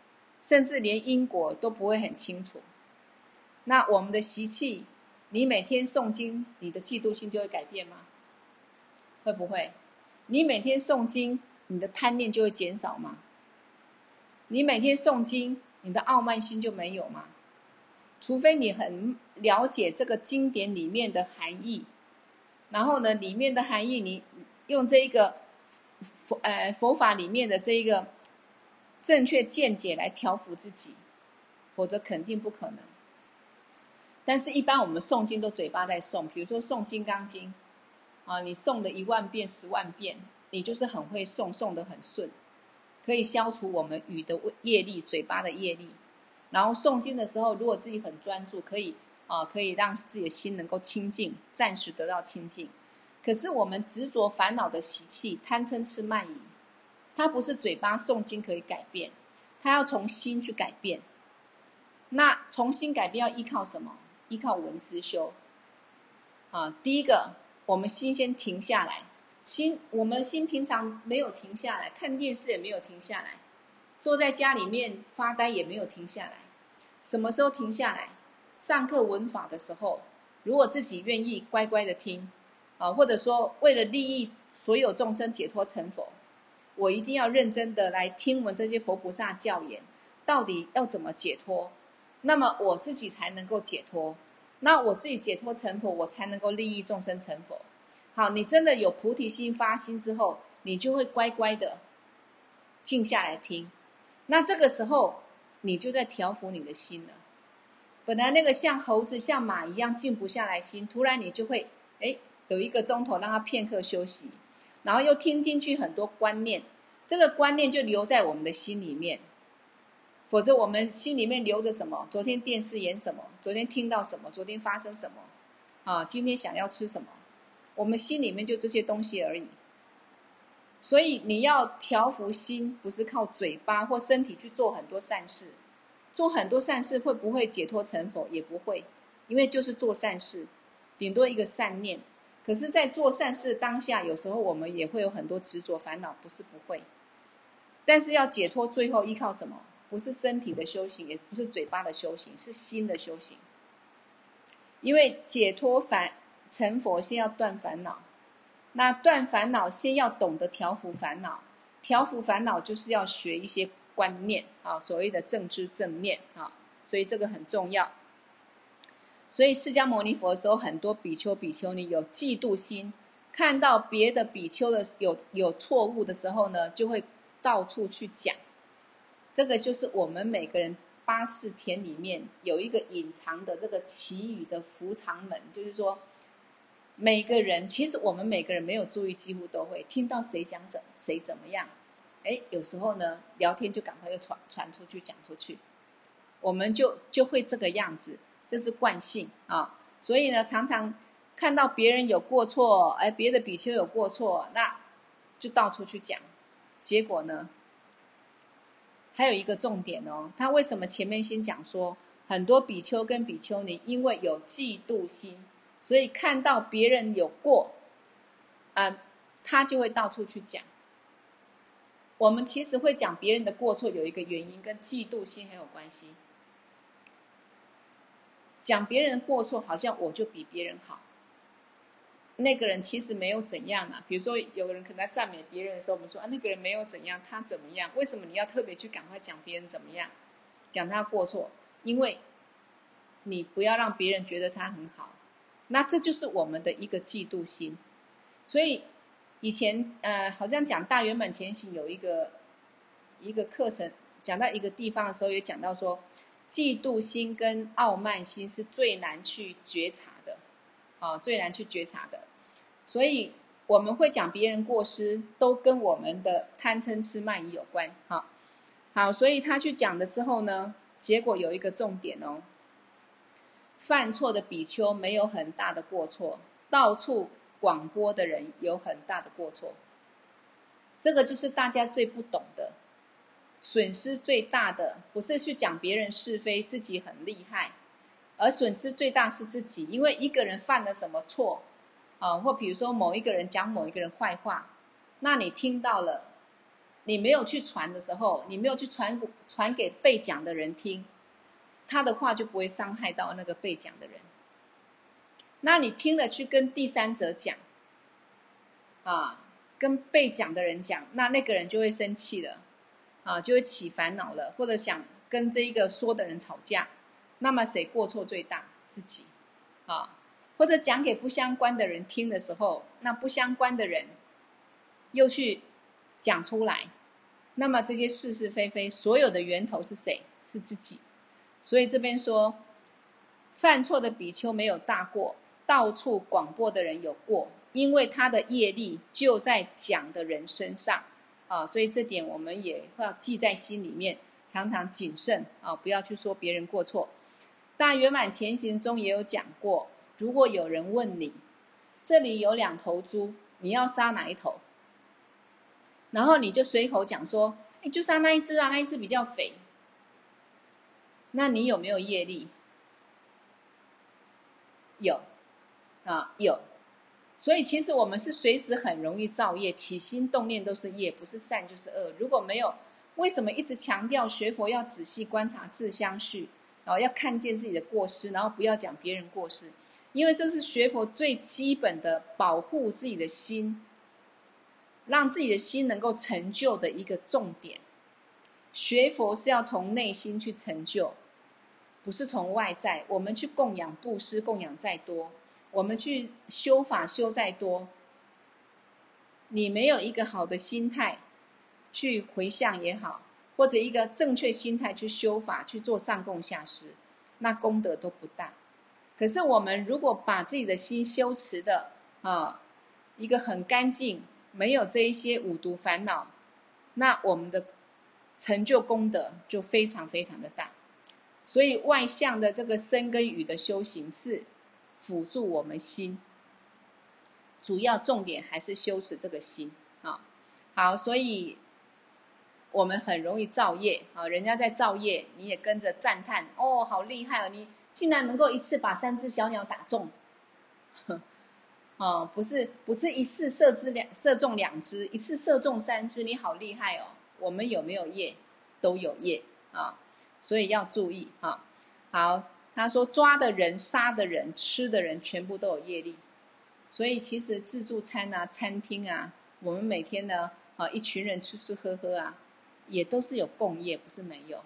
Speaker 1: 甚至连因果都不会很清楚。那我们的习气，你每天诵经，你的嫉妒心就会改变吗？会不会？你每天诵经，你的贪念就会减少吗？你每天诵经，你的傲慢心就没有吗？除非你很了解这个经典里面的含义，然后呢，里面的含义你用这一个佛呃佛法里面的这一个正确见解来调伏自己，否则肯定不可能。但是一般我们诵经都嘴巴在诵，比如说诵《金刚经》啊，你诵了一万遍、十万遍，你就是很会诵，诵得很顺，可以消除我们语的业力、嘴巴的业力。然后诵经的时候，如果自己很专注，可以啊，可以让自己的心能够清净，暂时得到清净。可是我们执着烦恼的习气，贪嗔痴慢疑，它不是嘴巴诵经可以改变，它要从心去改变。那从心改变要依靠什么？依靠闻思修啊。第一个，我们心先停下来，心我们心平常没有停下来，看电视也没有停下来，坐在家里面发呆也没有停下来。什么时候停下来？上课闻法的时候，如果自己愿意乖乖的听啊，或者说为了利益所有众生解脱成佛，我一定要认真的来听闻这些佛菩萨教言，到底要怎么解脱，那么我自己才能够解脱，那我自己解脱成佛，我才能够利益众生成佛。好，你真的有菩提心发心之后，你就会乖乖的静下来听，那这个时候你就在调伏你的心了。本来那个像猴子像马一样静不下来心，突然你就会诶有一个钟头让它片刻休息，然后又听进去很多观念，这个观念就留在我们的心里面。否则我们心里面留着什么？昨天电视演什么？昨天听到什么？昨天发生什么？啊，今天想要吃什么？我们心里面就这些东西而已。所以你要调伏心，不是靠嘴巴或身体去做很多善事。做很多善事会不会解脱成佛？也不会，因为就是做善事，顶多一个善念。可是在做善事当下，有时候我们也会有很多执着烦恼，不是不会。但是要解脱，最后依靠什么？不是身体的修行，也不是嘴巴的修行，是心的修行。因为解脱烦成佛，先要断烦恼。那断烦恼，先要懂得调伏烦恼。调伏烦恼，就是要学一些观念啊，所谓的正知正念啊，所以这个很重要。所以释迦牟尼佛的时候，很多比丘比丘尼有嫉妒心，看到别的比丘的有有错误的时候呢，就会到处去讲。这个就是我们每个人八识田里面有一个隐藏的这个祈语的伏藏门，就是说每个人其实我们每个人没有注意，几乎都会听到谁讲怎谁怎么样，哎，有时候呢聊天就赶快就传传出去讲出去，我们就就会这个样子，这是惯性啊。所以呢，常常看到别人有过错，哎，别的比丘有过错，那就到处去讲，结果呢？还有一个重点哦，他为什么前面先讲说很多比丘跟比丘尼因为有嫉妒心，所以看到别人有过，呃，他就会到处去讲。我们其实会讲别人的过错，有一个原因跟嫉妒心很有关系。讲别人的过错，好像我就比别人好。那个人其实没有怎样啊，比如说有人可能在赞美别人的时候，我们说啊那个人没有怎样，他怎么样？为什么你要特别去赶快讲别人怎么样，讲他过错？因为你不要让别人觉得他很好，那这就是我们的一个嫉妒心。所以以前呃好像讲大圆满前行有一个一个课程，讲到一个地方的时候，也讲到说，嫉妒心跟傲慢心是最难去觉察的。啊，最难去觉察的，所以我们会讲别人过失，都跟我们的贪嗔痴慢疑有关。好，好，所以他去讲了之后呢，结果有一个重点哦，犯错的比丘没有很大的过错，到处广播的人有很大的过错。这个就是大家最不懂的，损失最大的不是去讲别人是非，自己很厉害。而损失最大是自己，因为一个人犯了什么错啊，或比如说某一个人讲某一个人坏话，那你听到了， 你没有去传的时候，你没有去传传给被讲的人听，他的话就不会伤害到那个被讲的人。那你听了去跟第三者讲，啊，跟被讲的人讲，那那个人就会生气了，啊，就会起烦恼了，或者想跟这一个说的人吵架，那么谁过错最大？自己，啊，或者讲给不相关的人听的时候，那不相关的人又去讲出来，那么这些是是非非，所有的源头是谁？是自己。所以这边说，犯错的比丘没有大过，到处广播的人有过，因为他的业力就在讲的人身上啊，所以这点我们也要记在心里面，常常谨慎啊，不要去说别人过错。大圆满前行中也有讲过，如果有人问你，这里有两头猪，你要杀哪一头？然后你就随口讲说，哎，就杀那一只啊，那一只比较肥。那你有没有业力？有啊，有。所以其实我们是随时很容易造业，起心动念都是业，不是善就是恶。如果没有，为什么一直强调学佛要仔细观察自相续，然后要看见自己的过失，然后不要讲别人过失？因为这是学佛最基本的保护自己的心，让自己的心能够成就的一个重点。学佛是要从内心去成就，不是从外在。我们去供养布施，供养再多，我们去修法修再多，你没有一个好的心态去回向也好，或者一个正确心态去修法，去做上供下施，那功德都不大。可是我们如果把自己的心修持的啊，一个很干净，没有这一些五毒烦恼，那我们的成就功德就非常非常的大。所以外向的这个身跟语的修行是辅助我们心，主要重点还是修持这个心啊。好，所以我们很容易造业啊，人家在造业，你也跟着赞叹，哦，好厉害哦，你竟然能够一次把三只小鸟打中，哦，不是不是一次射只两射中两只，一次射中三只，你好厉害哦。我们有没有业？都有业啊，所以要注意啊。好，他说抓的人、杀的人、吃的人，全部都有业力。所以其实自助餐啊、餐厅啊，我们每天呢啊一群人吃吃喝喝啊，也都是有共业，不是没有。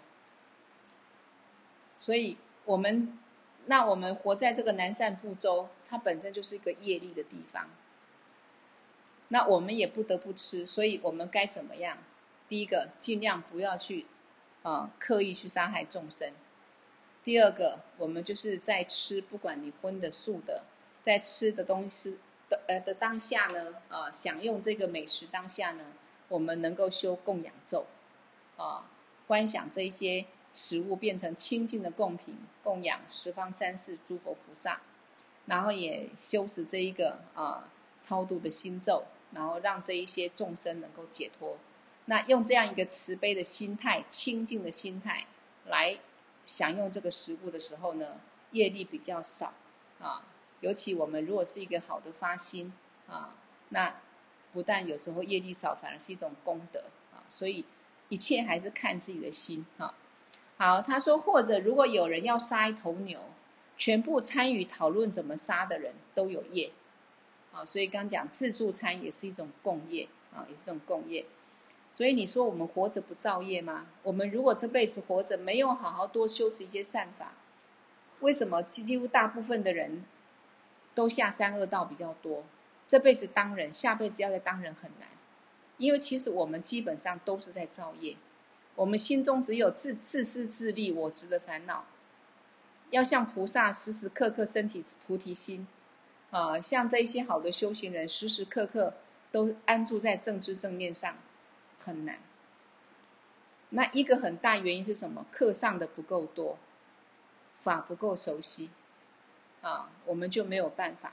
Speaker 1: 所以我们那我们活在这个南赡部洲，它本身就是一个业力的地方。那我们也不得不吃，所以我们该怎么样？第一个，尽量不要去呃刻意去杀害众生。第二个，我们就是在吃，不管你荤的素的，在吃的东西的呃的当下呢，呃享用这个美食当下呢，我们能够修供养咒，啊、呃，观想这一些食物变成清净的供品，供养十方三世诸佛菩萨，然后也修持这一个啊、呃、超度的心咒，然后让这一些众生能够解脱。那用这样一个慈悲的心态、清净的心态来享用这个食物的时候呢，业力比较少啊。尤其我们如果是一个好的发心啊，那不但有时候业力少，反而是一种功德啊。所以一切还是看自己的心啊。好，他说，或者如果有人要杀一头牛，全部参与讨论怎么杀的人都有业啊。所以刚讲自助餐也是一种共业啊，也是一种共业。所以你说我们活着不造业吗？我们如果这辈子活着没有好好多修持一些善法，为什么几乎大部分的人都下三恶道比较多？这辈子当人，下辈子要再当人很难，因为其实我们基本上都是在造业，我们心中只有自自私自利我执的烦恼。要像菩萨时时刻刻升起菩提心啊，像这一些好的修行人时时刻刻都安住在正知正念上，很难。那一个很大原因是什么？课上的不够多，法不够熟悉啊，我们就没有办法。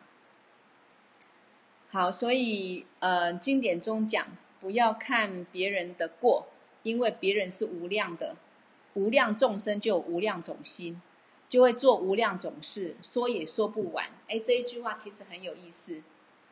Speaker 1: 好，所以呃，经典中讲，不要看别人的过，因为别人是无量的，无量众生就有无量种心，就会做无量种事，说也说不完。哎，这一句话其实很有意思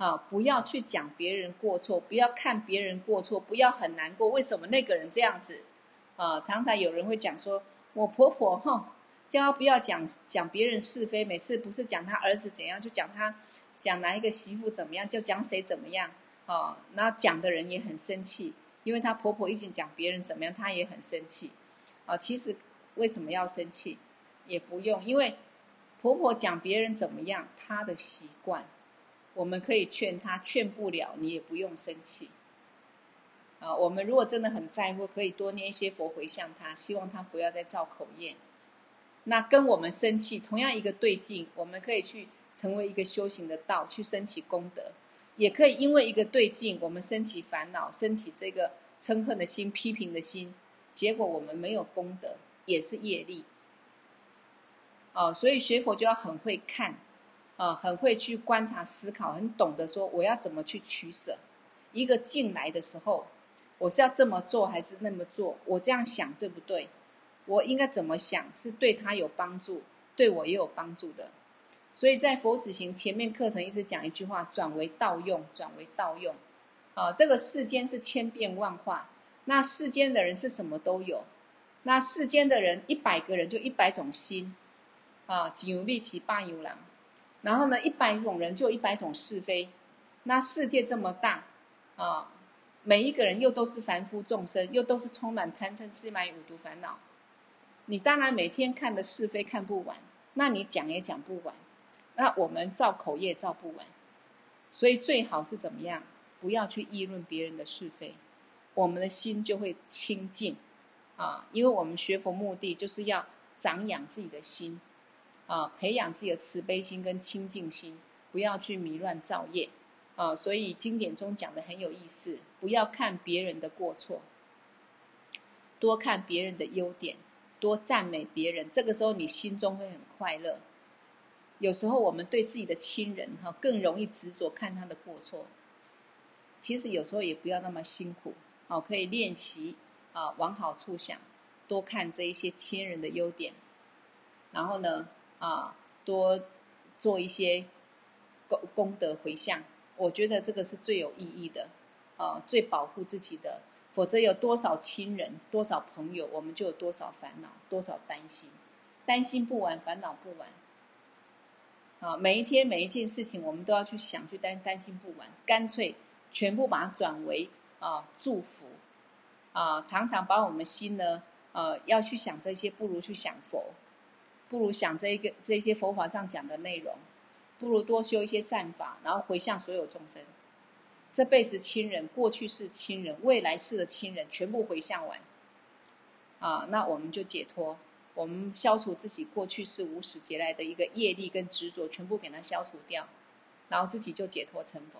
Speaker 1: 啊，不要去讲别人过错，不要看别人过错，不要很难过，为什么那个人这样子？啊，常常有人会讲说，我婆婆哼，叫她不要讲讲别人是非，每次不是讲她儿子怎样，就讲她讲哪一个媳妇怎么样，就讲谁怎么样啊？那讲的人也很生气，因为她婆婆一直讲别人怎么样，她也很生气啊。其实为什么要生气？也不用，因为婆婆讲别人怎么样，她的习惯。我们可以劝他，劝不了你也不用生气啊。我们如果真的很在乎，可以多念一些佛回向他，希望他不要再造口业。那跟我们生气同样一个对境，我们可以去成为一个修行的道，去升起功德，也可以因为一个对境，我们升起烦恼，升起这个嗔恨的心、批评的心，结果我们没有功德，也是业力啊。所以学佛就要很会看。呃，很会去观察思考，很懂得说我要怎么去取舍。一个进来的时候，我是要这么做还是那么做？我这样想对不对？我应该怎么想是对他有帮助，对我也有帮助的。所以在佛子行前面课程一直讲一句话：转为道用，转为道用。啊、呃，这个世间是千变万化，那世间的人是什么都有，那世间的人一百个人就一百种心啊，几有力气八有郎。然后呢，一百种人就一百种是非，那世界这么大啊，每一个人又都是凡夫众生，又都是充满贪嗔痴慢疑五毒烦恼。你当然每天看的是非看不完，那你讲也讲不完，那我们造口业造不完。所以最好是怎么样？不要去议论别人的是非，我们的心就会清净啊。因为我们学佛目的就是要长养自己的心。啊，培养自己的慈悲心跟清净心，不要去迷乱造业啊。所以经典中讲的很有意思，不要看别人的过错，多看别人的优点，多赞美别人。这个时候你心中会很快乐。有时候我们对自己的亲人哈、啊、更容易执着看他的过错，其实有时候也不要那么辛苦，啊、可以练习啊往好处想，多看这一些亲人的优点，然后呢。啊，多做一些功功德回向，我觉得这个是最有意义的，啊，最保护自己的。否则有多少亲人、多少朋友，我们就有多少烦恼、多少担心，担心不完，烦恼不完。啊，每一天每一件事情，我们都要去想，去担担心不完，干脆全部把它转为啊祝福，啊，常常把我们心呢，呃，要去想这些，不如去想佛。不如想这一个这一些佛法上讲的内容，不如多修一些善法，然后回向所有众生。这辈子亲人、过去世亲人、未来世的亲人，全部回向完，啊，那我们就解脱，我们消除自己过去世无始劫来的一个业力跟执着，全部给它消除掉，然后自己就解脱成佛。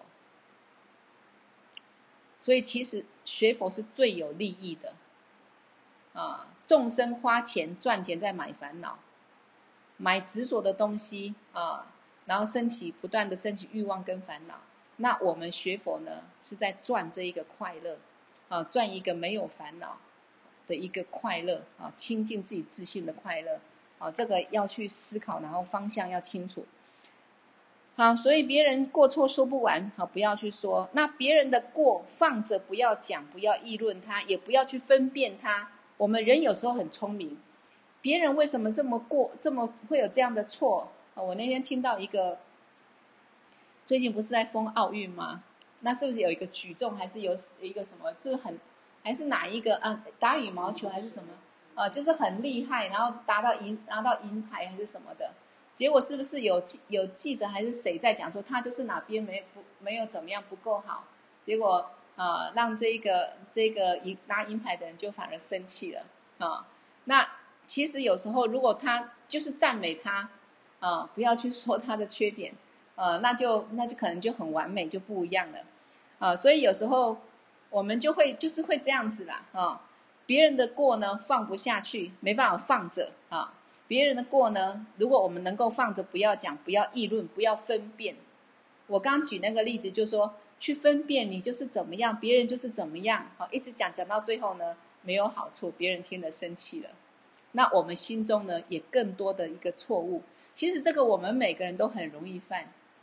Speaker 1: 所以其实学佛是最有利益的，啊，众生花钱赚钱在买烦恼。买执着的东西啊，然后升起不断的升起欲望跟烦恼。那我们学佛呢，是在赚这一个快乐啊，赚一个没有烦恼的一个快乐啊，亲近自己自信的快乐啊，这个要去思考，然后方向要清楚。好，所以别人过错说不完，好，不要去说。那别人的过放着，不要讲，不要议论他，也不要去分辨他。我们人有时候很聪明。别人为什么这么过，这么会有这样的错？我那天听到一个，最近不是在封奥运吗？那是不是有一个举重，还是有一个什么？是不是很，还是哪一个啊？打羽毛球还是什么？啊，就是很厉害，然后达到银拿到银牌还是什么的。结果是不是有有记者还是谁在讲说他就是哪边没不没有怎么样不够好？结果啊，让这个这个银拿银牌的人就反而生气了啊。那其实有时候如果他就是赞美他啊，不要去说他的缺点，呃，那就那就可能就很完美，就不一样了啊。所以有时候我们就会就是会这样子啦啊。别人的过呢放不下去，没办法放着啊。别人的过呢，如果我们能够放着，不要讲，不要议论，不要分辨。我刚举那个例子就是说，去分辨你就是怎么样，别人就是怎么样，好，一直讲讲到最后呢，没有好处，别人听得生气了。那我们心中呢，也更多的一个错误。其实这个我们每个人都很容易犯，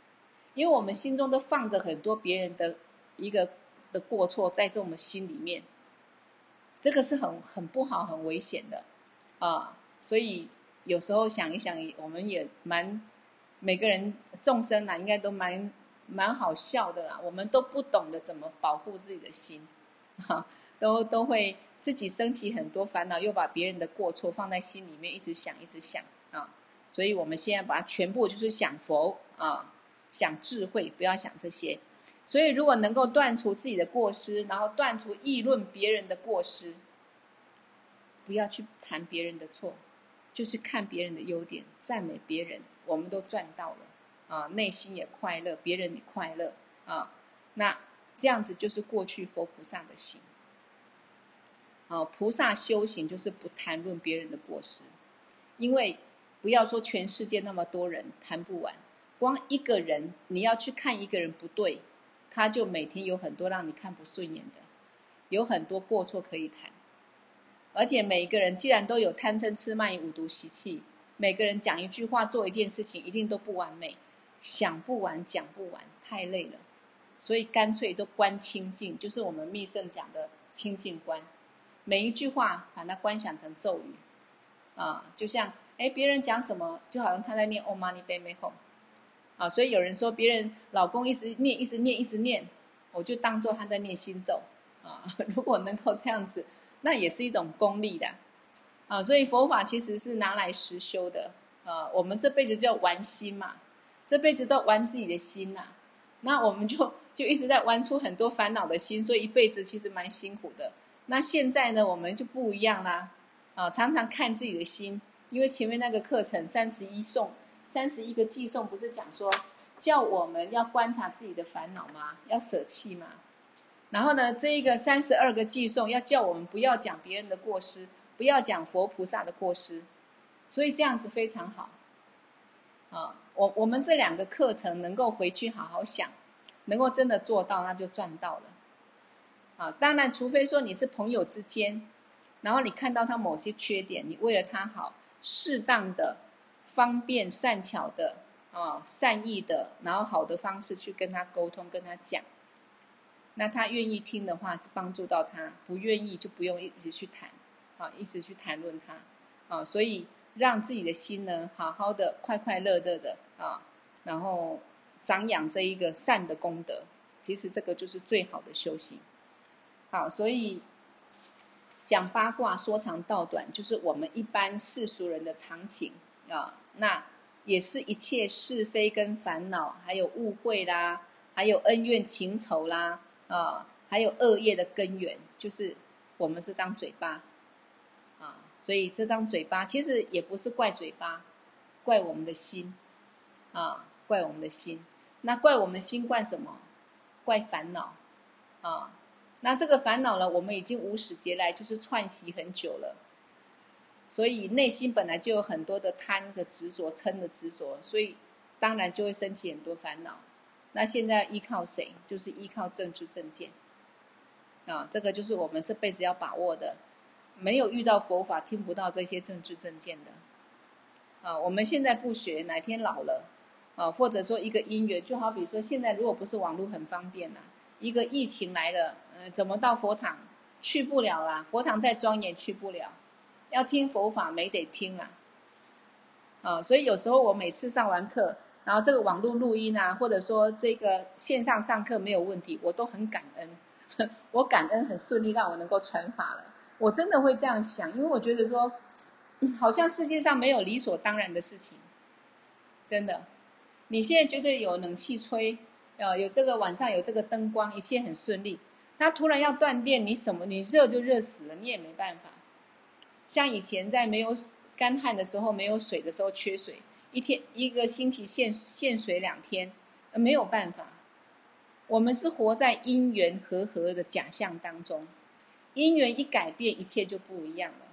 Speaker 1: 因为我们心中都放着很多别人的一个的过错在这我们心里面，这个是很很不好很危险的啊。所以有时候想一想，我们也蛮每个人众生啊应该都蛮蛮好笑的啦，我们都不懂得怎么保护自己的心啊，都都会自己升起很多烦恼，又把别人的过错放在心里面，一直想一直想啊。所以我们现在把它全部就是想佛啊，想智慧，不要想这些。所以如果能够断除自己的过失，然后断除议论别人的过失，不要去谈别人的错，就是看别人的优点，赞美别人，我们都赚到了啊，内心也快乐，别人也快乐啊。那这样子就是过去佛菩萨的行啊。菩萨修行就是不谈论别人的过失，因为不要说全世界那么多人谈不完，光一个人你要去看一个人不对，他就每天有很多让你看不顺眼的，有很多过错可以谈。而且每一个人既然都有贪嗔痴慢疑五毒习气，每个人讲一句话做一件事情一定都不完美，想不完讲不完，太累了。所以干脆都观清净，就是我们密圣讲的清净观，每一句话把它观想成咒语啊，就像哎别人讲什么就好像他在念 Om Mani Padme Hum啊。所以有人说别人老公一直念一直念一直念，我就当作他在念心咒啊。如果能够这样子，那也是一种功力的啊。所以佛法其实是拿来实修的啊。我们这辈子就要玩心嘛，这辈子都玩自己的心啊，那我们就就一直在玩出很多烦恼的心，所以一辈子其实蛮辛苦的。那现在呢，我们就不一样啦啊，常常看自己的心，因为前面那个课程三十一颂三十一个偈颂不是讲说叫我们要观察自己的烦恼吗？要舍弃吗？然后呢，这一个三十二个偈颂要叫我们不要讲别人的过失，不要讲佛菩萨的过失，所以这样子非常好啊。我我们这两个课程能够回去好好想，能够真的做到，那就赚到了啊。当然除非说你是朋友之间，然后你看到他某些缺点，你为了他好，适当的方便善巧的啊善意的，然后好的方式去跟他沟通跟他讲，那他愿意听的话帮助到他，不愿意就不用一直去谈啊，一直去谈论他啊。所以让自己的心呢好好的快快乐乐的啊，然后长养这一个善的功德，其实这个就是最好的修行。好，所以讲八卦说长道短，就是我们一般世俗人的常情啊，那也是一切是非跟烦恼，还有误会啦，还有恩怨情仇啦啊，还有恶业的根源，就是我们这张嘴巴啊。所以这张嘴巴其实也不是怪嘴巴，怪我们的心啊，怪我们的心。那怪我们的心怪什么？怪烦恼啊。那这个烦恼呢，我们已经无始劫来就是串习很久了，所以内心本来就有很多的贪的执着、嗔的执着，所以当然就会升起很多烦恼。那现在依靠谁？就是依靠正知正见啊，这个就是我们这辈子要把握的。没有遇到佛法，听不到这些正知正见的啊。我们现在不学，哪天老了啊，或者说一个因缘，就好比说现在如果不是网络很方便啊，一个疫情来了，呃，怎么到佛堂？去不了啦，佛堂再庄严去不了，要听佛法没得听啦啊。所以有时候我每次上完课，然后这个网络录音啊，或者说这个线上上课没有问题，我都很感恩，我感恩很顺利，让我能够传法了。我真的会这样想，因为我觉得说，嗯，好像世界上没有理所当然的事情，真的。你现在觉得有冷气吹，呃，有这个晚上有这个灯光，一切很顺利。那突然要断电，你什么你热就热死了，你也没办法。像以前在没有干旱的时候，没有水的时候缺水，一天一个星期限限水两天，呃，没有办法。我们是活在因缘和合的假象当中。因缘一改变，一切就不一样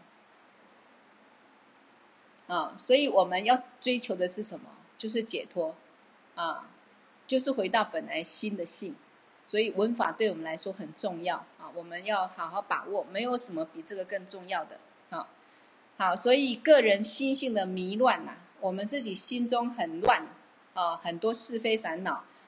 Speaker 1: 了啊！所以我们要追求的是什么？就是解脱啊，就是回到本来心的性。所以文法对我们来说很重要啊，我们要好好把握，没有什么比这个更重要的啊。好，所以个人心性的迷乱呐、啊，我们自己心中很乱啊，很多是非烦恼，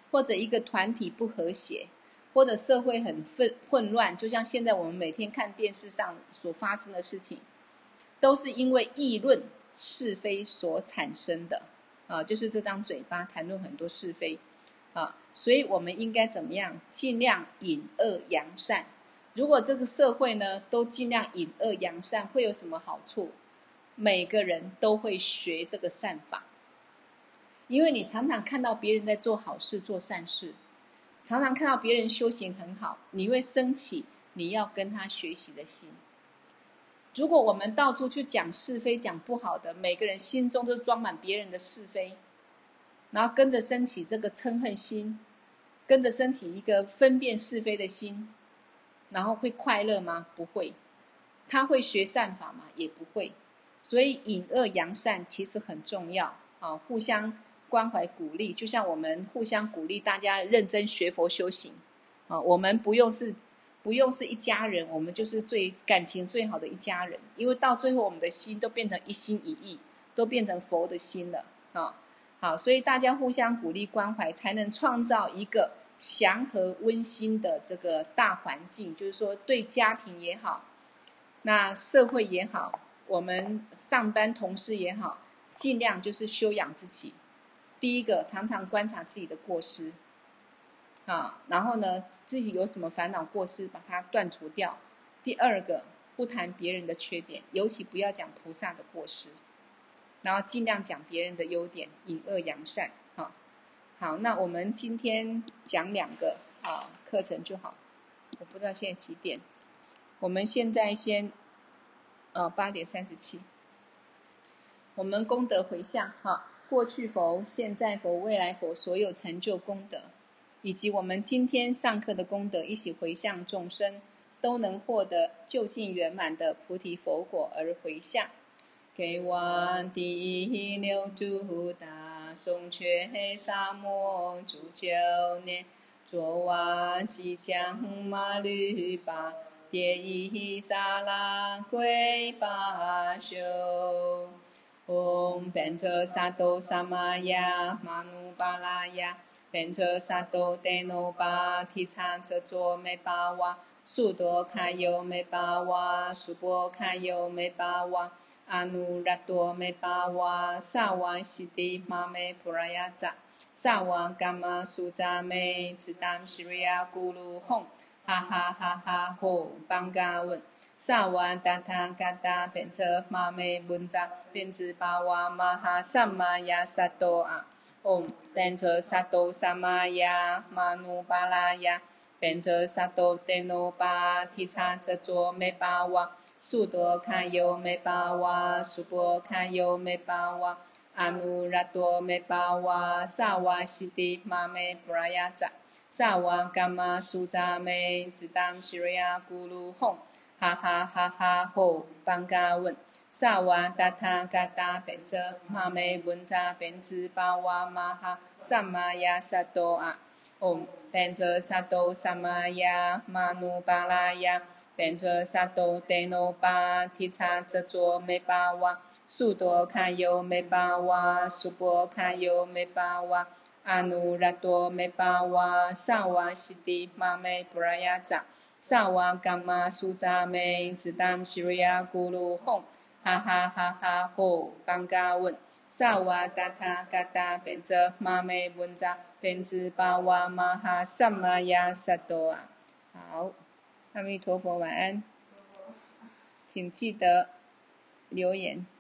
Speaker 1: 或者一个团体不和谐，或者社会很混混乱，就像现在我们每天看电视上所发生的事情，都是因为议论是非所产生的啊，就是这张嘴巴谈论很多是非啊，所以我们应该怎么样？尽量隐恶扬善。如果这个社会呢，都尽量隐恶扬善，会有什么好处？每个人都会学这个善法，因为你常常看到别人在做好事、做善事，常常看到别人修行很好，你会升起你要跟他学习的心。如果我们到处去讲是非、讲不好的，每个人心中都装满别人的是非，然后跟着升起这个嗔恨心，跟着升起一个分辨是非的心，然后会快乐吗？不会。他会学善法吗？也不会。所以隐恶扬善其实很重要啊，互相关怀鼓励，就像我们互相鼓励大家认真学佛修行啊，我们不用是不用是一家人，我们就是最感情最好的一家人，因为到最后我们的心都变成一心一意，都变成佛的心了啊。好，所以大家互相鼓励关怀，才能创造一个祥和温馨的这个大环境，就是说对家庭也好，那社会也好，我们上班同事也好，尽量就是修养自己。第一个，常常观察自己的过失啊，然后呢，自己有什么烦恼过失，把它断除掉。第二个，不谈别人的缺点，尤其不要讲菩萨的过失，然后尽量讲别人的优点，隐恶扬善啊。好，那我们今天讲两个啊课程就好，我不知道现在几点，我们现在先呃八点三十七，我们功德回向哈，过去佛、现在佛、未来佛所有成就功德，以及我们今天上课的功德，一起回向众生，都能获得究竟圆满的菩提佛果而回向。给往第一六度大颂却萨摩主九年，昨晚即将马律巴迭伊萨拉归巴修。唵班哲萨埵萨玛雅玛努巴拉雅班哲萨埵德努巴提察则卓美巴瓦苏多卡尤美巴瓦苏波卡尤美巴瓦阿努拉多美巴瓦萨瓦西迪玛美普拉雅扎萨瓦伽玛苏扎美只当西瑞亚咕噜哄哈哈哈哈吼邦嘎文萨瓦达他嘎达变成玛美文扎变成巴瓦玛哈萨玛雅萨多啊唵变成萨多萨玛雅玛努巴拉雅变成萨多德努巴提察则卓美巴瓦苏多卡尤美巴瓦苏波卡尤美巴瓦阿努拉多美巴瓦萨瓦西迪玛美布拉雅扎萨瓦伽玛苏扎美只当西瑞亚咕噜哄哈哈哈哈吼邦嘎文萨瓦达他嘎达变成玛美文扎变成巴瓦玛哈萨玛雅萨多啊唵变成萨多萨玛雅玛努巴拉雅变成萨多德努巴提察则卓美巴瓦苏多卡尤美巴瓦苏波卡尤美巴瓦阿努拉多美巴瓦萨瓦西迪玛美布拉雅扎萨瓦伽玛苏扎美只当西瑞亚咕噜哄哈哈哈哈吼邦嘎文萨瓦达他嘎达变成玛美文扎变成巴瓦玛哈萨玛雅萨多啊。好，阿弥陀佛，晚安，请记得留言。